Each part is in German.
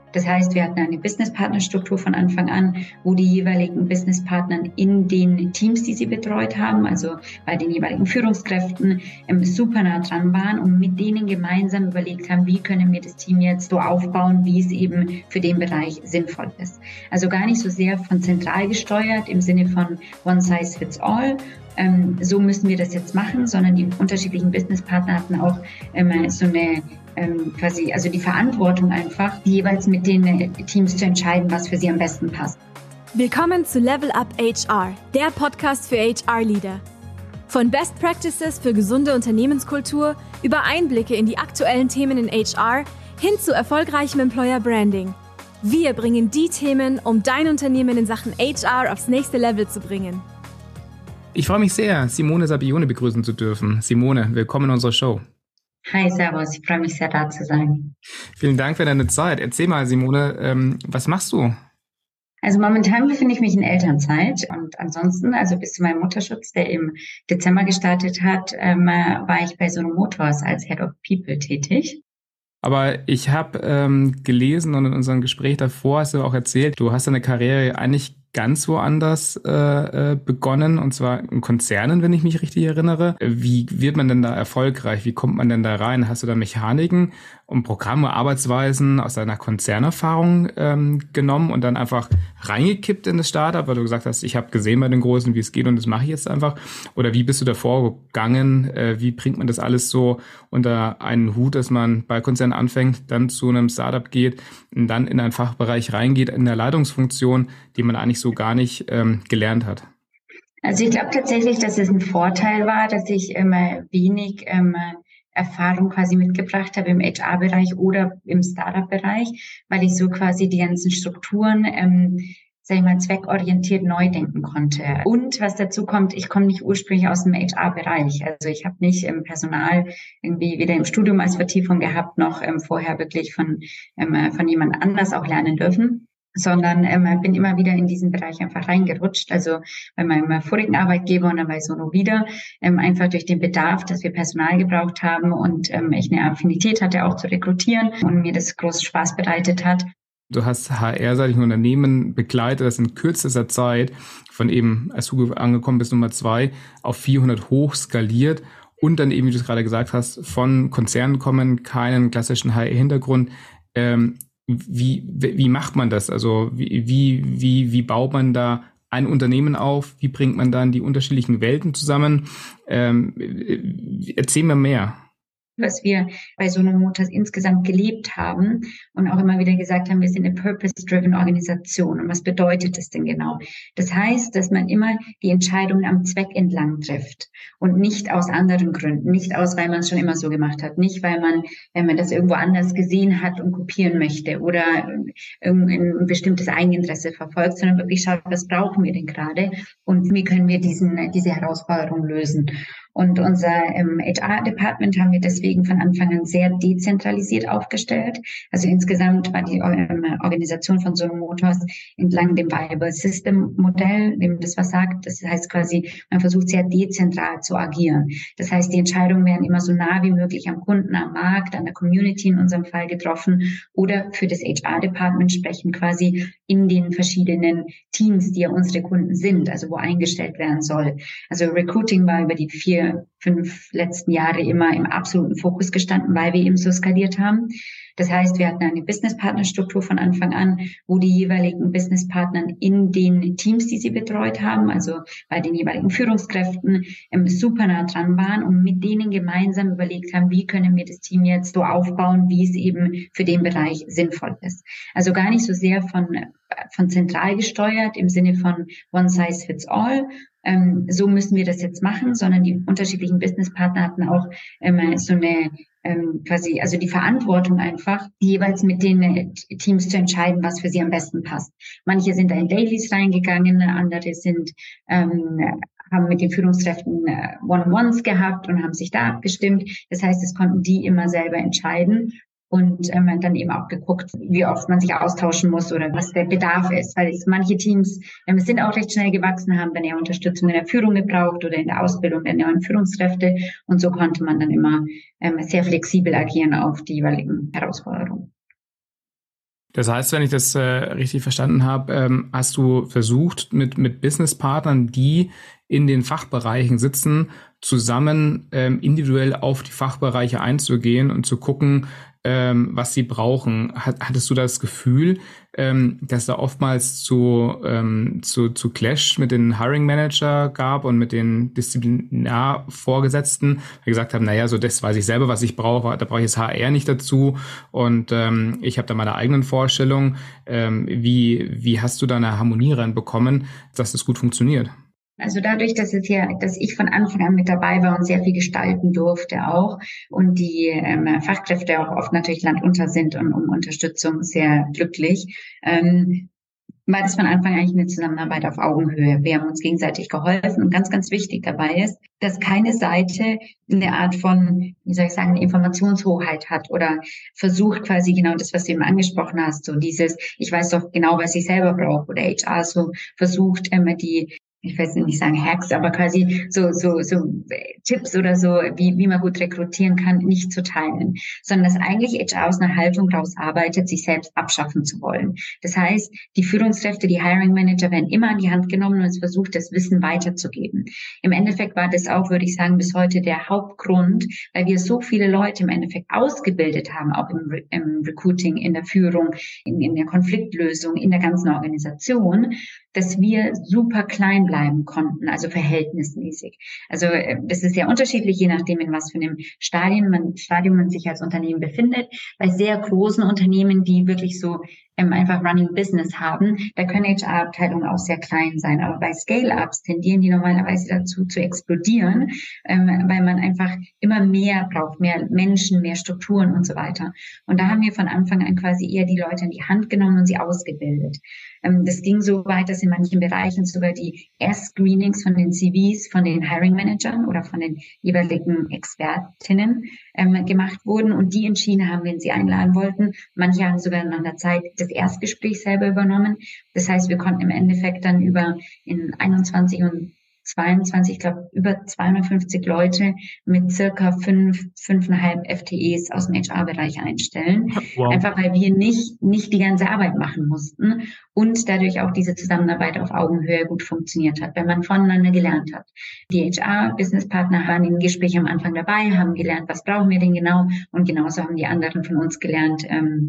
Das heißt, wir hatten eine Business-Partner-Struktur von Anfang an, wo die jeweiligen Business-Partner in den Teams, die sie betreut haben, also bei den jeweiligen Führungskräften, super nah dran waren und mit denen gemeinsam überlegt haben, wie können wir das Team jetzt so aufbauen, wie es eben für den Bereich sinnvoll ist. Also gar nicht so sehr von zentral gesteuert im Sinne von One Size Fits All, so müssen wir das jetzt machen, sondern die unterschiedlichen Businesspartner hatten auch so eine also die Verantwortung einfach, jeweils mit den Teams zu entscheiden, was für sie am besten passt. Willkommen zu Level Up HR, der Podcast für HR-Leader. Von Best Practices für gesunde Unternehmenskultur über Einblicke in die aktuellen Themen in HR hin zu erfolgreichem Employer Branding. Wir bringen die Themen, um dein Unternehmen in Sachen HR aufs nächste Level zu bringen. Ich freue mich sehr, Simone Sabione begrüßen zu dürfen. Simone, willkommen in unserer Show. Hi, servus, ich freue mich sehr, da zu sein. Vielen Dank für deine Zeit. Erzähl mal, Simone, was machst du? Also momentan befinde ich mich in Elternzeit und ansonsten, also bis zu meinem Mutterschutz, der im Dezember gestartet hat, war ich bei Sono Motors als Head of People tätig. Aber ich habe gelesen und in unserem Gespräch davor hast du auch erzählt, du hast deine Karriere eigentlich ganz woanders begonnen, und zwar in Konzernen, wenn ich mich richtig erinnere. Wie wird man denn da erfolgreich? Wie kommt man denn da rein? Hast du da Mechaniken und Programme, Arbeitsweisen aus deiner Konzernerfahrung genommen und dann einfach reingekippt in das Startup, weil du gesagt hast, ich habe gesehen bei den Großen, wie es geht und das mache ich jetzt einfach? Oder wie bist du da vorgegangen? Wie bringt man das alles so unter einen Hut, dass man bei Konzernen anfängt, dann zu einem Startup geht und dann in einen Fachbereich reingeht, in der Leitungsfunktion, die man eigentlich so gar nicht gelernt hat? Also ich glaube tatsächlich, dass es ein Vorteil war, dass ich immer wenig Erfahrung quasi mitgebracht habe im HR-Bereich oder im Startup-Bereich, weil ich so quasi die ganzen Strukturen, sag ich mal, zweckorientiert neu denken konnte. Und was dazu kommt, ich komme nicht ursprünglich aus dem HR-Bereich. Also ich habe nicht im Personal irgendwie weder im Studium als Vertiefung gehabt, noch vorher wirklich von jemand anders auch lernen dürfen, sondern bin immer wieder in diesen Bereich einfach reingerutscht. Also bei meinem vorigen Arbeitgeber und dann bei Sono wieder, einfach durch den Bedarf, dass wir Personal gebraucht haben und ich eine Affinität hatte, auch zu rekrutieren und mir das großen Spaß bereitet hat. Du hast HR-seitig ein Unternehmen begleitet, das in kürzester Zeit von eben, als du angekommen bist, Nummer 2 auf 400 hoch skaliert und dann eben, wie du es gerade gesagt hast, von Konzernen kommen, keinen klassischen HR-Hintergrund. Wie macht man das? Also wie baut man da ein Unternehmen auf? Wie bringt man dann die unterschiedlichen Welten zusammen? Erzähl mir mehr. Was wir bei Sono Motors insgesamt gelebt haben und auch immer wieder gesagt haben, wir sind eine purpose-driven Organisation. Und was bedeutet das denn genau? Das heißt, dass man immer die Entscheidungen am Zweck entlang trifft und nicht aus anderen Gründen, nicht aus, weil man es schon immer so gemacht hat, nicht weil man, wenn man das irgendwo anders gesehen hat und kopieren möchte oder ein bestimmtes Eigeninteresse verfolgt, sondern wirklich schaut, was brauchen wir denn gerade und wie können wir diese Herausforderung lösen. Und unser HR-Department haben wir deswegen von Anfang an sehr dezentralisiert aufgestellt. Also insgesamt war die Organisation von Sono Motors entlang dem Viable System Modell, dem das was sagt. Das heißt quasi, man versucht sehr dezentral zu agieren. Das heißt, die Entscheidungen werden immer so nah wie möglich am Kunden, am Markt, an der Community in unserem Fall getroffen oder für das HR-Department sprechen quasi in den verschiedenen Teams, die ja unsere Kunden sind, also wo eingestellt werden soll. Also Recruiting war über die 4-5 letzten Jahre immer im absoluten Fokus gestanden, weil wir eben so skaliert haben. Das heißt, wir hatten eine Business-Partner-Struktur von Anfang an, wo die jeweiligen Business-Partner in den Teams, die sie betreut haben, also bei den jeweiligen Führungskräften, super nah dran waren und mit denen gemeinsam überlegt haben, wie können wir das Team jetzt so aufbauen, wie es eben für den Bereich sinnvoll ist. Also gar nicht so sehr von zentral gesteuert im Sinne von One Size Fits All, so müssen wir das jetzt machen, sondern die unterschiedlichen Businesspartner hatten auch so eine also die Verantwortung einfach, jeweils mit den Teams zu entscheiden, was für sie am besten passt. Manche sind da in Dailies reingegangen, andere haben mit den Führungskräften One-on-Ones gehabt und haben sich da abgestimmt. Das heißt, es konnten die immer selber entscheiden. Und dann eben auch geguckt, wie oft man sich austauschen muss oder was der Bedarf ist. Weil manche Teams sind auch recht schnell gewachsen, haben dann eher Unterstützung in der Führung gebraucht oder in der Ausbildung der neuen Führungskräfte. Und so konnte man dann immer sehr flexibel agieren auf die jeweiligen Herausforderungen. Das heißt, wenn ich das richtig verstanden habe, hast du versucht, mit Businesspartnern, die in den Fachbereichen sitzen, zusammen individuell auf die Fachbereiche einzugehen und zu gucken, was sie brauchen. Hattest du das Gefühl, dass da oftmals zu Clash mit den Hiring Manager gab und mit den Disziplinarvorgesetzten, die gesagt haben, naja, so das weiß ich selber, was ich brauche, da brauche ich das HR nicht dazu und ich habe da meine eigenen Vorstellungen. Wie hast du da eine Harmonie reinbekommen, dass das gut funktioniert? Also dadurch, dass ich von Anfang an mit dabei war und sehr viel gestalten durfte auch und die Fachkräfte auch oft natürlich landunter sind und um Unterstützung sehr glücklich, war das von Anfang an eigentlich eine Zusammenarbeit auf Augenhöhe. Wir haben uns gegenseitig geholfen und ganz, ganz wichtig dabei ist, dass keine Seite eine Art von, wie soll ich sagen, Informationshoheit hat oder versucht quasi genau das, was du eben angesprochen hast, so dieses, ich weiß doch genau, was ich selber brauche oder HR so versucht, ich weiß nicht sagen Hacks, aber quasi so Tipps oder so, wie man gut rekrutieren kann, nicht zu teilen, sondern dass eigentlich HR aus einer Haltung raus arbeitet, sich selbst abschaffen zu wollen. Das heißt, die Führungskräfte, die Hiring Manager werden immer an die Hand genommen und es versucht, das Wissen weiterzugeben. Im Endeffekt war das auch, würde ich sagen, bis heute der Hauptgrund, weil wir so viele Leute im Endeffekt ausgebildet haben, auch im Recruiting, in der Führung, in der Konfliktlösung, in der ganzen Organisation, dass wir super klein bleiben konnten, also verhältnismäßig. Also das ist sehr unterschiedlich, je nachdem, in was für einem Stadium man sich als Unternehmen befindet. Bei sehr großen Unternehmen, die wirklich so einfach Running Business haben, da können HR-Abteilungen auch sehr klein sein. Aber bei Scale-Ups tendieren die normalerweise dazu zu explodieren, weil man einfach immer mehr braucht, mehr Menschen, mehr Strukturen und so weiter. Und da haben wir von Anfang an quasi eher die Leute in die Hand genommen und sie ausgebildet. Das ging so weit, dass in manchen Bereichen sogar die Erst-Screenings von den CVs von den Hiring-Managern oder von den jeweiligen Expertinnen gemacht wurden und die entschieden haben, wen sie einladen wollten. Manche haben sogar nach einer Zeit das Erstgespräch selber übernommen. Das heißt, wir konnten im Endeffekt dann in 21 und 22, ich glaube, über 250 Leute mit circa 5,5 FTEs aus dem HR-Bereich einstellen. Wow. Einfach weil wir nicht die ganze Arbeit machen mussten und dadurch auch diese Zusammenarbeit auf Augenhöhe gut funktioniert hat, wenn man voneinander gelernt hat. Die HR-Businesspartner waren im Gespräch am Anfang dabei, haben gelernt, was brauchen wir denn genau, und genauso haben die anderen von uns gelernt,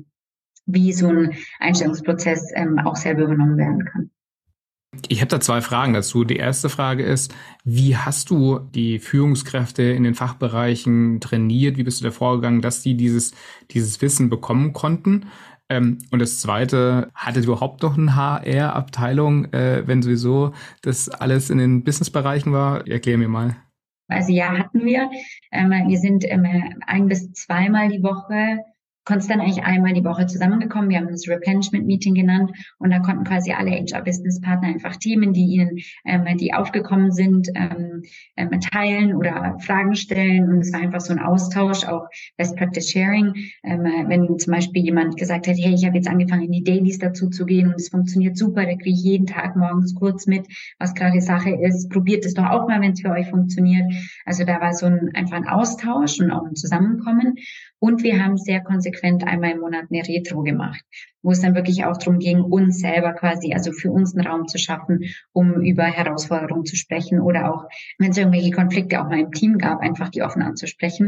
wie so ein Einstellungsprozess auch selber übernommen werden kann. Ich habe da 2 Fragen dazu. Die erste Frage ist, wie hast du die Führungskräfte in den Fachbereichen trainiert? Wie bist du da vorgegangen, dass die dieses Wissen bekommen konnten? Und das zweite, hattet ihr überhaupt noch eine HR-Abteilung, wenn sowieso das alles in den Businessbereichen war? Erklär mir mal. Also ja, hatten wir. Wir sind 1 bis 2 Mal die Woche konstant eigentlich einmal die Woche zusammengekommen. Wir haben das Replenishment-Meeting genannt und da konnten quasi alle HR-Business-Partner einfach Themen, die ihnen, die aufgekommen sind, teilen oder Fragen stellen. Und es war einfach so ein Austausch, auch Best Practice Sharing. Wenn zum Beispiel jemand gesagt hat, hey, ich habe jetzt angefangen, in die Dailies dazu zu gehen und es funktioniert super, da kriege ich jeden Tag morgens kurz mit, was gerade Sache ist. Probiert es doch auch mal, wenn es für euch funktioniert. Also da war so einfach ein Austausch und auch ein Zusammenkommen. Und wir haben sehr konsequent einmal im Monat eine Retro gemacht, wo es dann wirklich auch darum ging, uns selber quasi, also für uns einen Raum zu schaffen, um über Herausforderungen zu sprechen oder auch, wenn es irgendwelche Konflikte auch mal im Team gab, einfach die offen anzusprechen.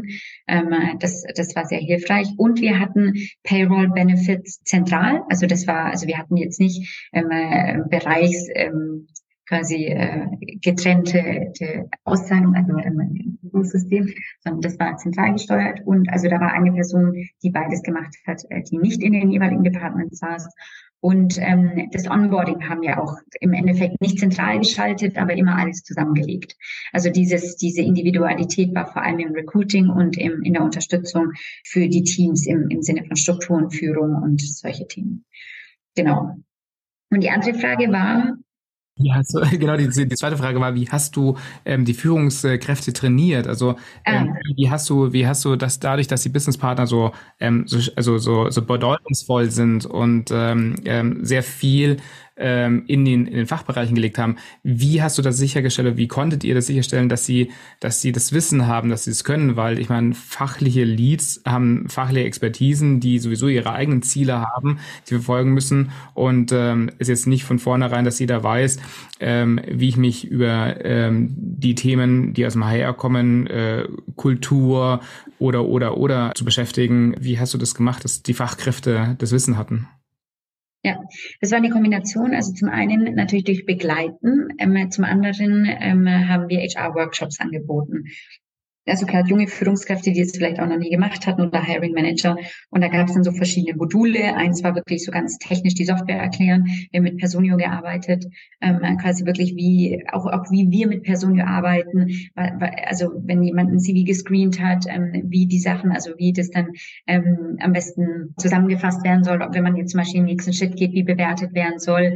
Das war sehr hilfreich. Und wir hatten Payroll Benefits zentral. Also wir hatten jetzt nicht Bereichs, quasi getrennte Auszahlung, also ein System, sondern das war zentral gesteuert und also da war eine Person, die beides gemacht hat, die nicht in den jeweiligen Departments saß. Und das Onboarding haben wir auch im Endeffekt nicht zentral geschaltet, aber immer alles zusammengelegt. Also diese Individualität war vor allem im Recruiting und in der Unterstützung für die Teams im Sinne von Strukturen, Führung und solche Themen. Genau. Und die andere Frage war, ja, genau, die zweite Frage war, wie hast du die Führungskräfte trainiert? Also wie hast du das dadurch, dass die Businesspartner so bedeutungsvoll sind und sehr viel in den Fachbereichen gelegt haben. Wie hast du das sichergestellt? Wie konntet ihr das sicherstellen, dass sie das Wissen haben, dass sie es können? Weil ich meine, fachliche Leads haben fachliche Expertisen, die sowieso ihre eigenen Ziele haben, die wir verfolgen müssen. Und ist jetzt nicht von vornherein, dass jeder weiß, wie ich mich über die Themen, die aus dem HR kommen, Kultur oder zu beschäftigen. Wie hast du das gemacht, dass die Fachkräfte das Wissen hatten? Ja, das war eine Kombination. Also zum einen natürlich durch Begleiten, zum anderen haben wir HR-Workshops angeboten. Also gerade junge Führungskräfte, die es vielleicht auch noch nie gemacht hatten oder Hiring Manager. Und da gab es dann so verschiedene Module. Eins war wirklich so ganz technisch die Software erklären. Wir haben mit Personio gearbeitet, quasi wirklich wie wir mit Personio arbeiten. Also wenn jemand ein CV gescreent hat, wie die Sachen, also wie das dann am besten zusammengefasst werden soll. Wenn man jetzt zum Beispiel den nächsten Schritt geht, wie bewertet werden soll,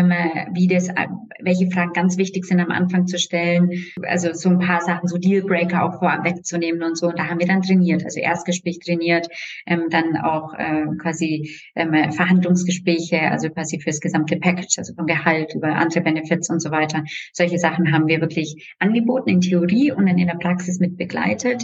welche Fragen ganz wichtig sind am Anfang zu stellen. Also so ein paar Sachen, so Dealbreaker auch wegzunehmen und so. Und da haben wir dann trainiert, also Erstgespräch trainiert, dann auch quasi Verhandlungsgespräche, also quasi fürs gesamte Package, also vom Gehalt über andere Benefits und so weiter. Solche Sachen haben wir wirklich angeboten in Theorie und dann in der Praxis mit begleitet.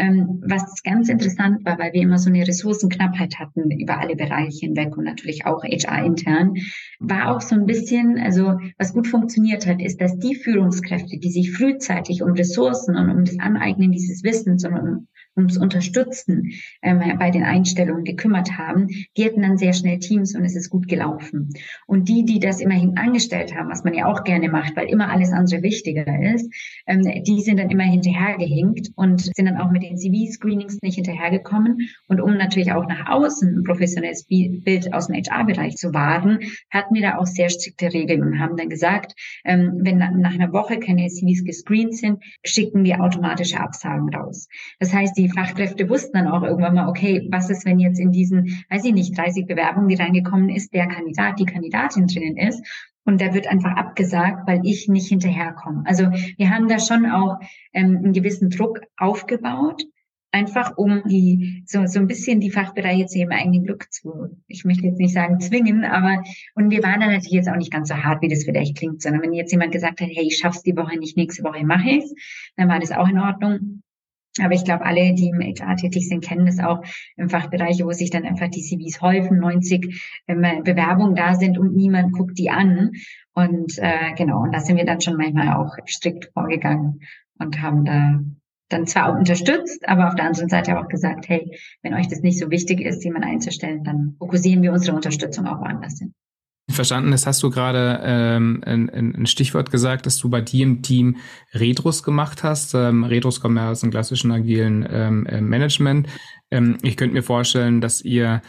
Was ganz interessant war, weil wir immer so eine Ressourcenknappheit hatten über alle Bereiche hinweg und natürlich auch HR intern, war auch so ein bisschen, also was gut funktioniert hat, ist, dass die Führungskräfte, die sich frühzeitig um Ressourcen und um das Aneignen dieses Wissens und ums Unterstützen bei den Einstellungen gekümmert haben, die hatten dann sehr schnell Teams und es ist gut gelaufen. Und die das immerhin angestellt haben, was man ja auch gerne macht, weil immer alles andere wichtiger ist, die sind dann immer hinterhergehinkt und sind dann auch mit den CV-Screenings nicht hinterhergekommen. Und um natürlich auch nach außen ein professionelles Bild aus dem HR-Bereich zu wahren, hatten wir da auch sehr strikte Regeln und haben dann gesagt, wenn nach einer Woche keine CVs gescreent sind, schicken wir automatische Absagen raus. Das heißt, die Fachkräfte wussten dann auch irgendwann mal, okay, was ist, wenn jetzt in diesen, 30 Bewerbungen, die reingekommen ist, der Kandidat, die Kandidatin drinnen ist und der wird einfach abgesagt, weil ich nicht hinterherkomme. Also wir haben da schon auch einen gewissen Druck aufgebaut, einfach um so ein bisschen die Fachbereiche zu ihrem eigenen Glück ich möchte jetzt nicht sagen zwingen, aber, und wir waren da natürlich jetzt auch nicht ganz so hart, wie das vielleicht klingt, sondern wenn jetzt jemand gesagt hat, hey, ich schaff's die Woche nicht, nächste Woche mache ich's, dann war das auch in Ordnung. Aber ich glaube, alle, die im HR tätig sind, kennen das auch im Fachbereich, wo sich dann einfach die CVs häufen, 90 Bewerbungen da sind und niemand guckt die an. Und genau, und da sind wir dann schon manchmal auch strikt vorgegangen und haben da dann zwar auch unterstützt, aber auf der anderen Seite auch gesagt, hey, wenn euch das nicht so wichtig ist, jemanden einzustellen, dann fokussieren wir unsere Unterstützung auch woanders hin. Verstanden, das hast du gerade ein Stichwort gesagt, dass du bei dir im Team Retros gemacht hast. Retros kommen ja aus dem klassischen agilen Management. Ich könnte mir vorstellen, dass ihr,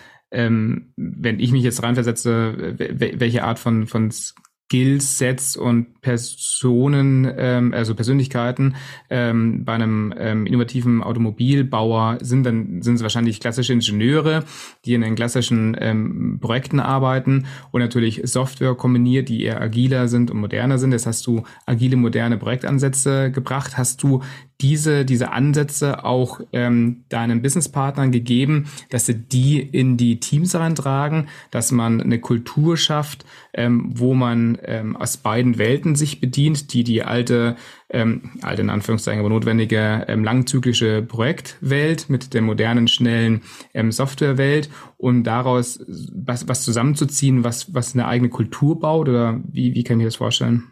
wenn ich mich jetzt reinversetze, welche Art von Skillsets und Personen, also Persönlichkeiten bei einem innovativen Automobilbauer sind es wahrscheinlich klassische Ingenieure, die in den klassischen Projekten arbeiten und natürlich Software kombiniert, die eher agiler sind und moderner sind. Jetzt hast du agile, moderne Projektansätze gebracht. Hast du diese Ansätze auch deinen Businesspartnern gegeben, dass sie die in die Teams reintragen, dass man eine Kultur schafft, wo man aus beiden Welten sich bedient, die alte in Anführungszeichen, aber notwendige langzyklische Projektwelt mit der modernen, schnellen Softwarewelt und daraus was zusammenzuziehen, was eine eigene Kultur baut, oder wie kann ich mir das vorstellen?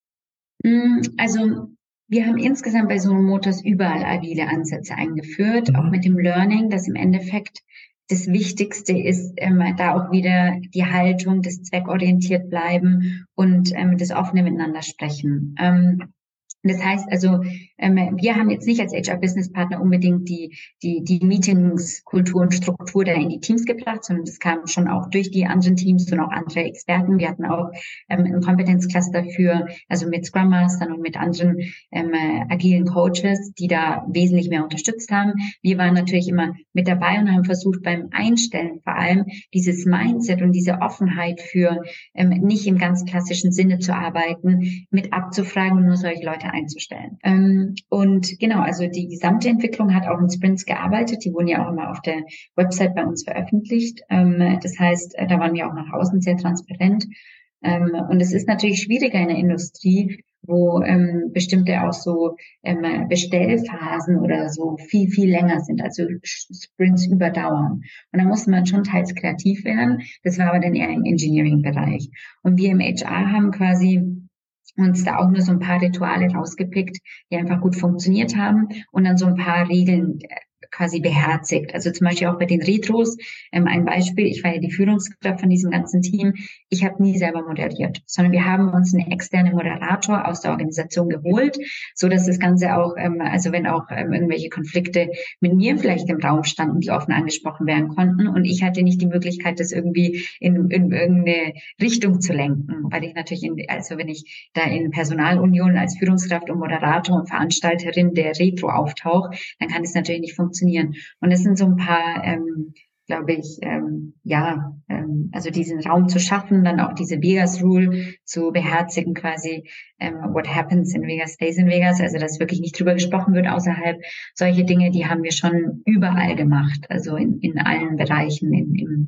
Also wir haben insgesamt bei Sono Motors überall agile Ansätze eingeführt, auch mit dem Learning, dass im Endeffekt das Wichtigste ist, da auch wieder die Haltung, das zweckorientiert bleiben und das offene Miteinander sprechen. Das heißt also, wir haben jetzt nicht als HR-Business-Partner unbedingt die Meetingskultur und Struktur da in die Teams gebracht, sondern das kam schon auch durch die anderen Teams und auch andere Experten. Wir hatten auch ein Kompetenzcluster also mit Scrum Mastern und mit anderen agilen Coaches, die da wesentlich mehr unterstützt haben. Wir waren natürlich immer mit dabei und haben versucht, beim Einstellen vor allem dieses Mindset und diese Offenheit für nicht im ganz klassischen Sinne zu arbeiten, mit abzufragen und nur solche Leute einzustellen. Und genau, also die gesamte Entwicklung hat auch in Sprints gearbeitet. Die wurden ja auch immer auf der Website bei uns veröffentlicht. Das heißt, da waren wir auch nach außen sehr transparent. Und es ist natürlich schwieriger in der Industrie, wo bestimmte auch so Bestellphasen oder so viel, viel länger sind, also Sprints überdauern. Und da musste man schon teils kreativ werden. Das war aber dann eher im Engineering-Bereich. Und wir im HR haben quasi uns da auch nur so ein paar Rituale rausgepickt, die einfach gut funktioniert haben und dann so ein paar Regeln quasi beherzigt. Also zum Beispiel auch bei den Retros. Ein Beispiel, ich war ja die Führungskraft von diesem ganzen Team. Ich habe nie selber moderiert, sondern wir haben uns einen externen Moderator aus der Organisation geholt, so dass das Ganze auch, also wenn auch irgendwelche Konflikte mit mir vielleicht im Raum standen, die offen angesprochen werden konnten. Und ich hatte nicht die Möglichkeit, das irgendwie in irgendeine Richtung zu lenken, weil ich natürlich, also wenn ich da in Personalunion als Führungskraft und Moderator und Veranstalterin der Retro auftauche, dann kann es natürlich nicht funktionieren. Und es sind so ein paar, glaube ich, also diesen Raum zu schaffen, dann auch diese Vegas Rule zu beherzigen, quasi what happens in Vegas stays in Vegas, also dass wirklich nicht drüber gesprochen wird außerhalb. Solche Dinge, die haben wir schon überall gemacht, also in allen Bereichen,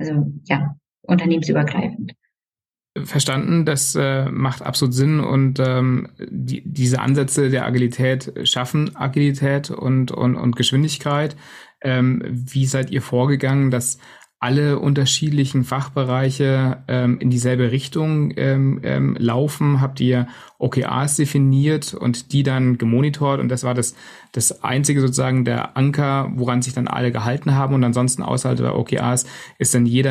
unternehmensübergreifend. Verstanden, das macht absolut Sinn und diese Ansätze der Agilität schaffen Agilität und Geschwindigkeit. Wie seid ihr vorgegangen, dass alle unterschiedlichen Fachbereiche in dieselbe Richtung laufen? Habt ihr OKRs definiert und die dann gemonitort und das war das einzige sozusagen der Anker, woran sich dann alle gehalten haben und ansonsten außerhalb der OKRs ist dann jeder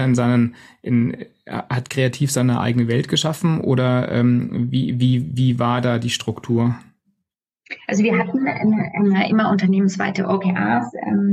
hat kreativ seine eigene Welt geschaffen oder wie war da die Struktur? Also wir hatten immer unternehmensweite OKRs,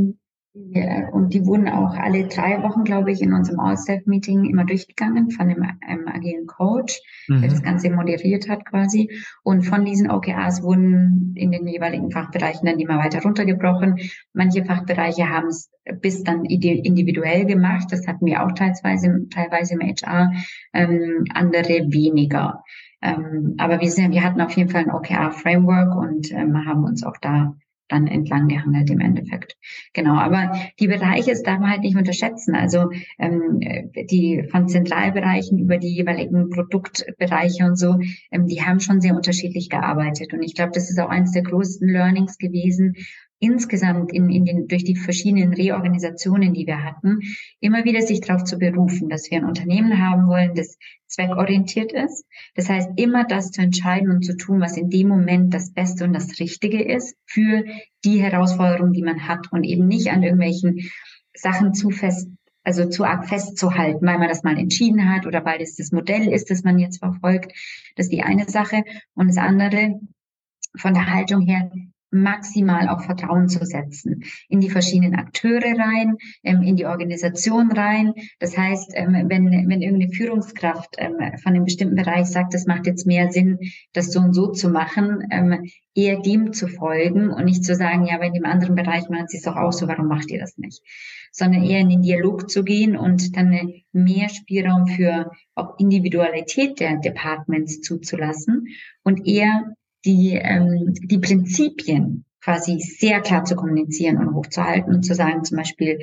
und die wurden auch alle 3 Wochen, glaube ich, in unserem All-Staff-Meeting immer durchgegangen von einem agilen Coach, der das Ganze moderiert hat quasi. Und von diesen OKRs wurden in den jeweiligen Fachbereichen dann immer weiter runtergebrochen. Manche Fachbereiche haben es bis dann individuell gemacht. Das hatten wir auch teilweise im HR, andere weniger. Aber wir hatten auf jeden Fall ein OKR-Framework und haben uns auch da dann entlang gehangelt im Endeffekt. Genau, aber die Bereiche, das darf man halt nicht unterschätzen. Also die von Zentralbereichen über die jeweiligen Produktbereiche und so, die haben schon sehr unterschiedlich gearbeitet. Und ich glaube, das ist auch eines der größten Learnings gewesen, insgesamt durch die verschiedenen Reorganisationen, die wir hatten, immer wieder sich darauf zu berufen, dass wir ein Unternehmen haben wollen, das zweckorientiert ist. Das heißt, immer das zu entscheiden und zu tun, was in dem Moment das Beste und das Richtige ist für die Herausforderung, die man hat und eben nicht an irgendwelchen Sachen zu arg festzuhalten, weil man das mal entschieden hat oder weil das Modell ist, das man jetzt verfolgt. Das ist die eine Sache. Und das andere, von der Haltung her, maximal auf Vertrauen zu setzen in die verschiedenen Akteure rein, in die Organisation rein. Das heißt, wenn irgendeine Führungskraft von einem bestimmten Bereich sagt, es macht jetzt mehr Sinn, das so und so zu machen, eher dem zu folgen und nicht zu sagen, ja, aber in dem anderen Bereich machen Sie es doch auch so, warum macht ihr das nicht? Sondern eher in den Dialog zu gehen und dann mehr Spielraum für auch Individualität der Departments zuzulassen und eher die Prinzipien quasi sehr klar zu kommunizieren und hochzuhalten und zu sagen, zum Beispiel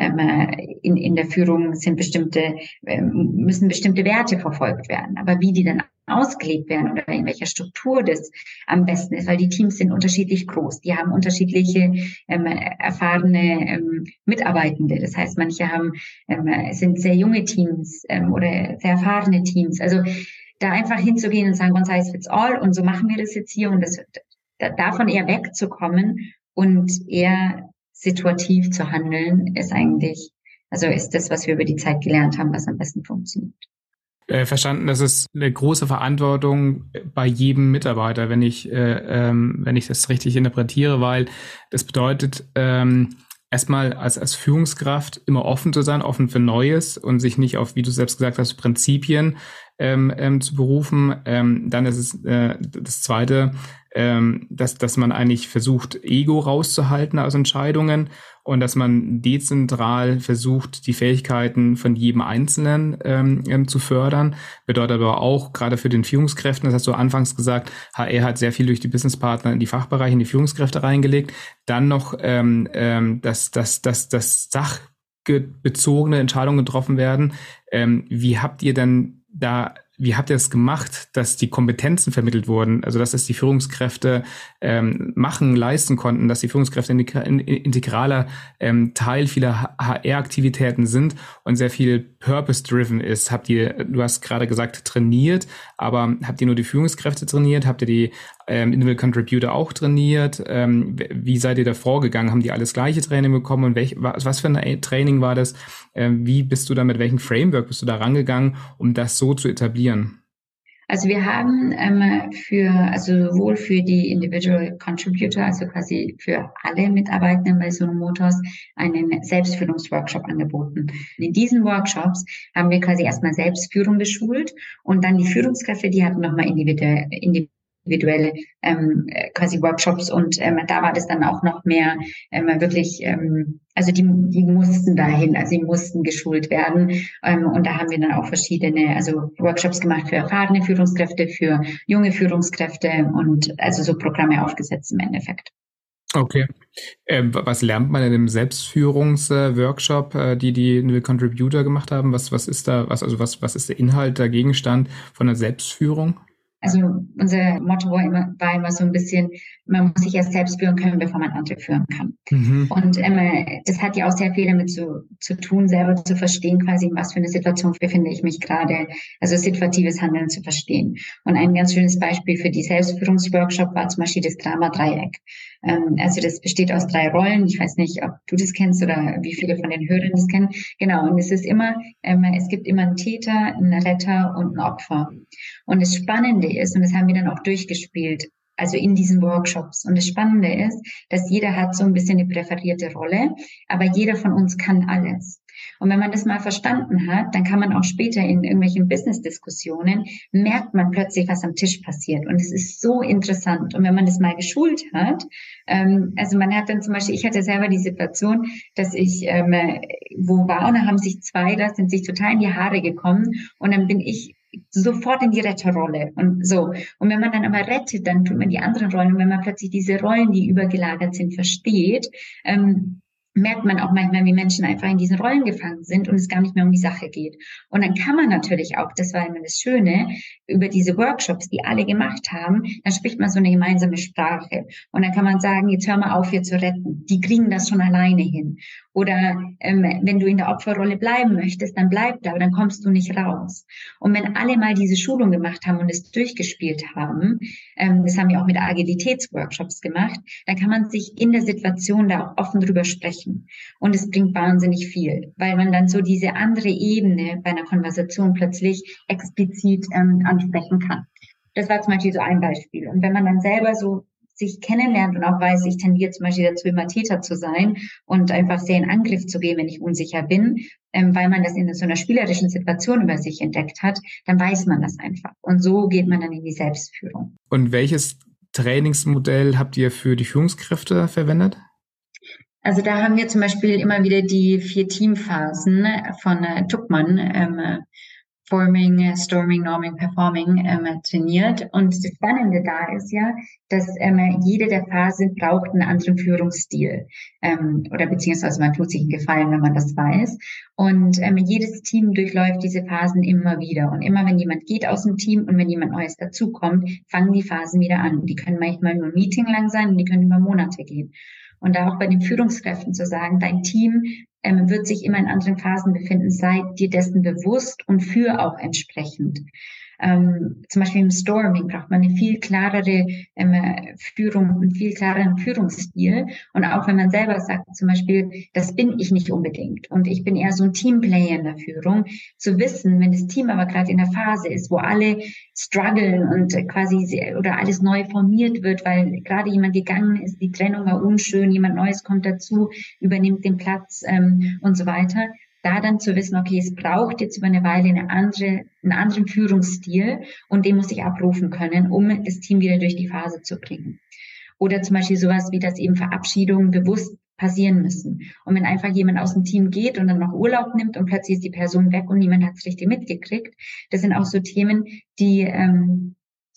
in der Führung müssen bestimmte Werte verfolgt werden. Aber wie die dann ausgelebt werden oder in welcher Struktur das am besten ist, weil die Teams sind unterschiedlich groß. Die haben unterschiedliche erfahrene Mitarbeitende. Das heißt, manche sind sehr junge Teams oder sehr erfahrene Teams. Also da einfach hinzugehen und sagen, one size fits all und so machen wir das jetzt hier und davon eher wegzukommen und eher situativ zu handeln, ist das, was wir über die Zeit gelernt haben, was am besten funktioniert. Verstanden, das ist eine große Verantwortung bei jedem Mitarbeiter, wenn ich das richtig interpretiere, weil das bedeutet, erstmal als Führungskraft immer offen zu sein, offen für Neues und sich nicht auf, wie du selbst gesagt hast, Prinzipien zu berufen. Dann ist es das Zweite, dass man eigentlich versucht, Ego rauszuhalten aus Entscheidungen und dass man dezentral versucht, die Fähigkeiten von jedem Einzelnen zu fördern. Bedeutet aber auch, gerade für den Führungskräften, das hast du anfangs gesagt, HR hat sehr viel durch die Businesspartner in die Fachbereiche, in die Führungskräfte reingelegt. Dann noch, dass sachbezogene Entscheidungen getroffen werden. Wie habt ihr denn da Wie habt ihr es gemacht, dass die Kompetenzen vermittelt wurden? Also, dass es die Führungskräfte leisten konnten, dass die Führungskräfte integraler Teil vieler HR-Aktivitäten sind und sehr viel purpose-driven ist. Du hast gerade gesagt, trainiert, aber habt ihr nur die Führungskräfte trainiert? Habt ihr die Individual Contributor auch trainiert? Wie seid ihr da vorgegangen? Haben die alles gleiche Training bekommen? Und was für ein Training war das? Wie bist du da, mit welchem Framework bist du da rangegangen, um das so zu etablieren? Also wir haben sowohl für die Individual Contributor, also quasi für alle Mitarbeitenden bei Sono Motors, einen Selbstführungsworkshop angeboten. In diesen Workshops haben wir quasi erstmal Selbstführung geschult und dann die Führungskräfte, die hatten nochmal individuelle quasi Workshops und da war das dann auch noch mehr wirklich, also die mussten dahin, also die mussten geschult werden und da haben wir dann auch verschiedene, also Workshops gemacht für erfahrene Führungskräfte, für junge Führungskräfte und also so Programme aufgesetzt im Endeffekt. Okay. Was lernt man in dem Selbstführungsworkshop, die Individual Contributor gemacht haben? Was ist der Inhalt, der Gegenstand von der Selbstführung? Also unser Motto war immer so ein bisschen, man muss sich erst selbst führen können, bevor man andere führen kann. Mhm. Und das hat ja auch sehr viel damit zu tun, selber zu verstehen, quasi in was für eine Situation befinde ich mich gerade, also situatives Handeln zu verstehen. Und ein ganz schönes Beispiel für die Selbstführungsworkshop war zum Beispiel das Drama-Dreieck. Also das besteht aus 3 Rollen. Ich weiß nicht, ob du das kennst oder wie viele von den Hörern das kennen. Genau, und es ist immer, es gibt immer einen Täter, einen Retter und ein Opfer. Und das Spannende ist, und das haben wir dann auch durchgespielt, also in diesen Workshops. Und das Spannende ist, dass jeder hat so ein bisschen eine präferierte Rolle, aber jeder von uns kann alles. Und wenn man das mal verstanden hat, dann kann man auch später in irgendwelchen Business-Diskussionen, merkt man plötzlich, was am Tisch passiert. Und es ist so interessant. Und wenn man das mal geschult hat, also man hat dann zum Beispiel, ich hatte selber die Situation, dass ich wo war und da haben sich 2, da sind sich total in die Haare gekommen und dann bin ich sofort in die Retterrolle und so. Und wenn man dann aber rettet, dann tut man die anderen Rollen. Und wenn man plötzlich diese Rollen, die übergelagert sind, versteht, merkt man auch manchmal, wie Menschen einfach in diesen Rollen gefangen sind und es gar nicht mehr um die Sache geht. Und dann kann man natürlich auch, das war immer das Schöne, über diese Workshops, die alle gemacht haben, dann spricht man so eine gemeinsame Sprache. Und dann kann man sagen, jetzt hör mal auf, hier zu retten. Die kriegen das schon alleine hin. Oder wenn du in der Opferrolle bleiben möchtest, dann bleib da, aber dann kommst du nicht raus. Und wenn alle mal diese Schulung gemacht haben und es durchgespielt haben, das haben wir auch mit Agilitätsworkshops gemacht, dann kann man sich in der Situation da auch offen drüber sprechen. Und es bringt wahnsinnig viel, weil man dann so diese andere Ebene bei einer Konversation plötzlich explizit ansprechen kann. Das war zum Beispiel so ein Beispiel. Und wenn man dann selber so sich kennenlernt und auch weiß, ich tendiere zum Beispiel dazu, immer Täter zu sein und einfach sehr in Angriff zu gehen, wenn ich unsicher bin, weil man das in so einer spielerischen Situation über sich entdeckt hat, dann weiß man das einfach. Und so geht man dann in die Selbstführung. Und welches Trainingsmodell habt ihr für die Führungskräfte verwendet? Also da haben wir zum Beispiel immer wieder die 4 Teamphasen von Tuckman, Forming, Storming, Norming, Performing trainiert. Und das Spannende da ist ja, dass jede der Phasen braucht einen anderen Führungsstil. Oder beziehungsweise man tut sich einen Gefallen, wenn man das weiß. Und jedes Team durchläuft diese Phasen immer wieder. Und immer wenn jemand geht aus dem Team und wenn jemand Neues dazukommt, fangen die Phasen wieder an. Die können manchmal nur ein Meeting lang sein und die können über Monate gehen. Und da auch bei den Führungskräften zu sagen, dein Team wird sich immer in anderen Phasen befinden, sei dir dessen bewusst und für auch entsprechend. Zum Beispiel im Storming braucht man eine viel klarere Führung, einen viel klareren Führungsstil. Und auch wenn man selber sagt, zum Beispiel, das bin ich nicht unbedingt und ich bin eher so ein Teamplayer in der Führung, zu wissen, wenn das Team aber gerade in der Phase ist, wo alle strugglen und quasi oder alles neu formiert wird, weil gerade jemand gegangen ist, die Trennung war unschön, jemand Neues kommt dazu, übernimmt den Platz und so weiter. Da dann zu wissen, okay, es braucht jetzt über eine Weile einen anderen Führungsstil und den muss ich abrufen können, um das Team wieder durch die Phase zu bringen. Oder zum Beispiel sowas wie, dass eben Verabschiedungen bewusst passieren müssen. Und wenn einfach jemand aus dem Team geht und dann noch Urlaub nimmt und plötzlich ist die Person weg und niemand hat es richtig mitgekriegt, das sind auch so Themen, die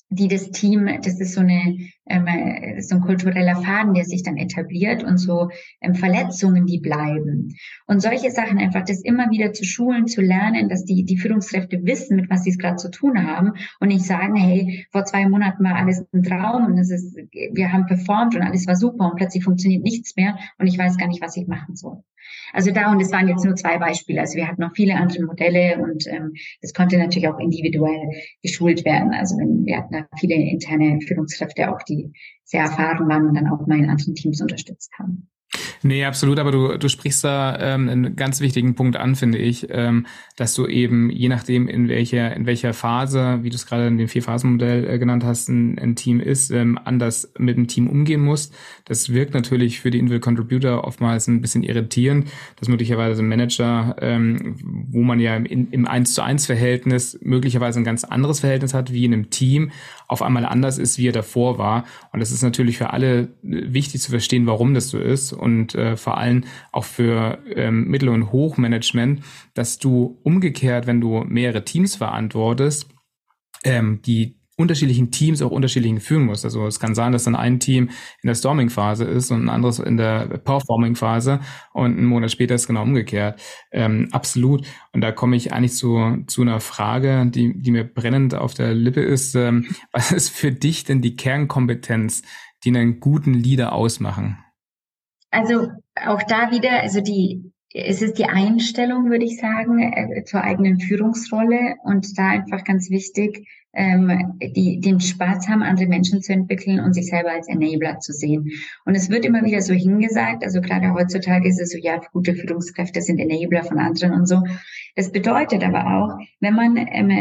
die das Team, das ist so ein kultureller Faden, der sich dann etabliert und so Verletzungen, die bleiben. Und solche Sachen einfach, das immer wieder zu schulen, zu lernen, dass die Führungskräfte wissen, mit was sie es gerade zu tun haben und nicht sagen, hey, vor 2 Monaten war alles ein Traum und wir haben performt und alles war super und plötzlich funktioniert nichts mehr und ich weiß gar nicht, was ich machen soll. Also und es waren jetzt nur 2 Beispiele. Also wir hatten noch viele andere Modelle und das konnte natürlich auch individuell geschult werden. Also wir hatten da viele interne Führungskräfte auch, die sehr erfahren waren und dann auch mal in anderen Teams unterstützt haben. Nee, absolut, aber du sprichst da einen ganz wichtigen Punkt an, finde ich, dass du eben, je nachdem in welcher Phase, wie du es gerade in dem 4-Phasen-Modell genannt hast, ein Team ist, anders mit dem Team umgehen musst. Das wirkt natürlich für die Individual Contributor oftmals ein bisschen irritierend, dass möglicherweise ein Manager, wo man ja im 1:1-Verhältnis möglicherweise ein ganz anderes Verhältnis hat wie in einem Team, auf einmal anders ist, wie er davor war. Und das ist natürlich für alle wichtig zu verstehen, warum das so ist. Und vor allem auch für Mittel- und Hochmanagement, dass du umgekehrt, wenn du mehrere Teams verantwortest, die unterschiedlichen Teams auch unterschiedlich führen musst. Also es kann sein, dass dann ein Team in der Storming-Phase ist und ein anderes in der Performing-Phase und einen Monat später ist genau umgekehrt. Absolut. Und da komme ich eigentlich zu einer Frage, die mir brennend auf der Lippe ist. Was ist für dich denn die Kernkompetenz, die einen guten Leader ausmachen? Also auch da wieder, es ist die Einstellung, würde ich sagen, zur eigenen Führungsrolle und da einfach ganz wichtig, den Spaß haben, andere Menschen zu entwickeln und sich selber als Enabler zu sehen. Und es wird immer wieder so hingesagt, also gerade heutzutage ist es so, ja, gute Führungskräfte sind Enabler von anderen und so. Das bedeutet aber auch, wenn man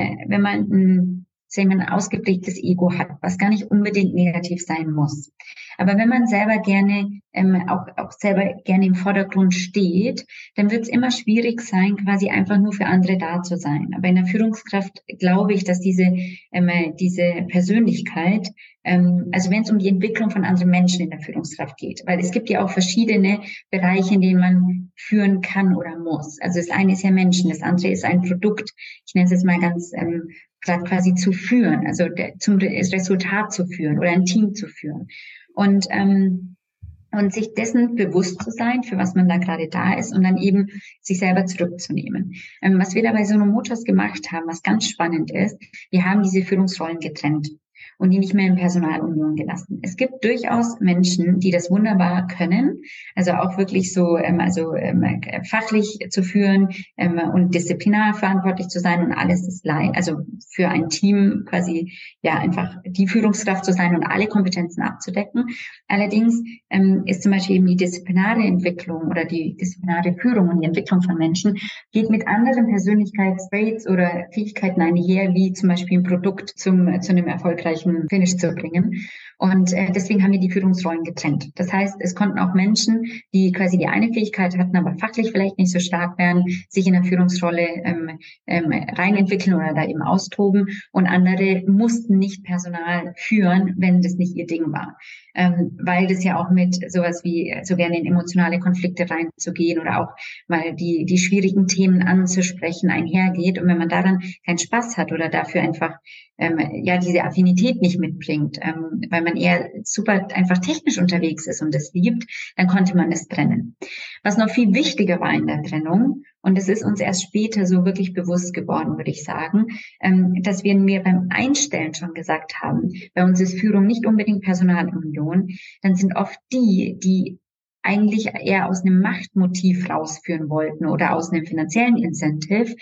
ein ausgeprägtes Ego hat, was gar nicht unbedingt negativ sein muss. Aber wenn man selber gerne, auch selber gerne im Vordergrund steht, dann wird es immer schwierig sein, quasi einfach nur für andere da zu sein. Aber in der Führungskraft glaube ich, dass diese Persönlichkeit, also wenn es um die Entwicklung von anderen Menschen in der Führungskraft geht, weil es gibt ja auch verschiedene Bereiche, in denen man führen kann oder muss. Also das eine ist ja Menschen, das andere ist ein Produkt. Ich nenne es jetzt mal ganz quasi zu führen, also zum Resultat zu führen oder ein Team zu führen. Und sich dessen bewusst zu sein, für was man da gerade da ist und dann eben sich selber zurückzunehmen. Was wir da bei Sono Motors gemacht haben, was ganz spannend ist, wir haben diese Führungsrollen getrennt und die nicht mehr in Personalunion gelassen. Es gibt durchaus Menschen, die das wunderbar können, also auch wirklich so fachlich zu führen und disziplinar verantwortlich zu sein und alles ist also für ein Team quasi ja einfach die Führungskraft zu sein und alle Kompetenzen abzudecken. Allerdings ist zum Beispiel eben die disziplinare Entwicklung oder die disziplinare Führung und die Entwicklung von Menschen geht mit anderen Persönlichkeitstraits oder Fähigkeiten einher, wie zum Beispiel ein Produkt zu einem erfolgreichen Finish zu bringen. Und deswegen haben wir die Führungsrollen getrennt. Das heißt, es konnten auch Menschen, die quasi die eine Fähigkeit hatten, aber fachlich vielleicht nicht so stark wären, sich in der Führungsrolle reinentwickeln oder da eben austoben. Und andere mussten nicht Personal führen, wenn das nicht ihr Ding war. Weil das ja auch mit sowas wie so gerne in emotionale Konflikte reinzugehen oder auch mal die schwierigen Themen anzusprechen einhergeht. Und wenn man daran keinen Spaß hat oder dafür einfach diese Affinität nicht mitbringt, weil man eher super einfach technisch unterwegs ist und das liebt, dann konnte man das trennen. Was noch viel wichtiger war in der Trennung, und es ist uns erst später so wirklich bewusst geworden, würde ich sagen, dass wir mir beim Einstellen schon gesagt haben, bei uns ist Führung nicht unbedingt Personalunion, dann sind oft die eigentlich eher aus einem Machtmotiv rausführen wollten oder aus einem finanziellen Incentive,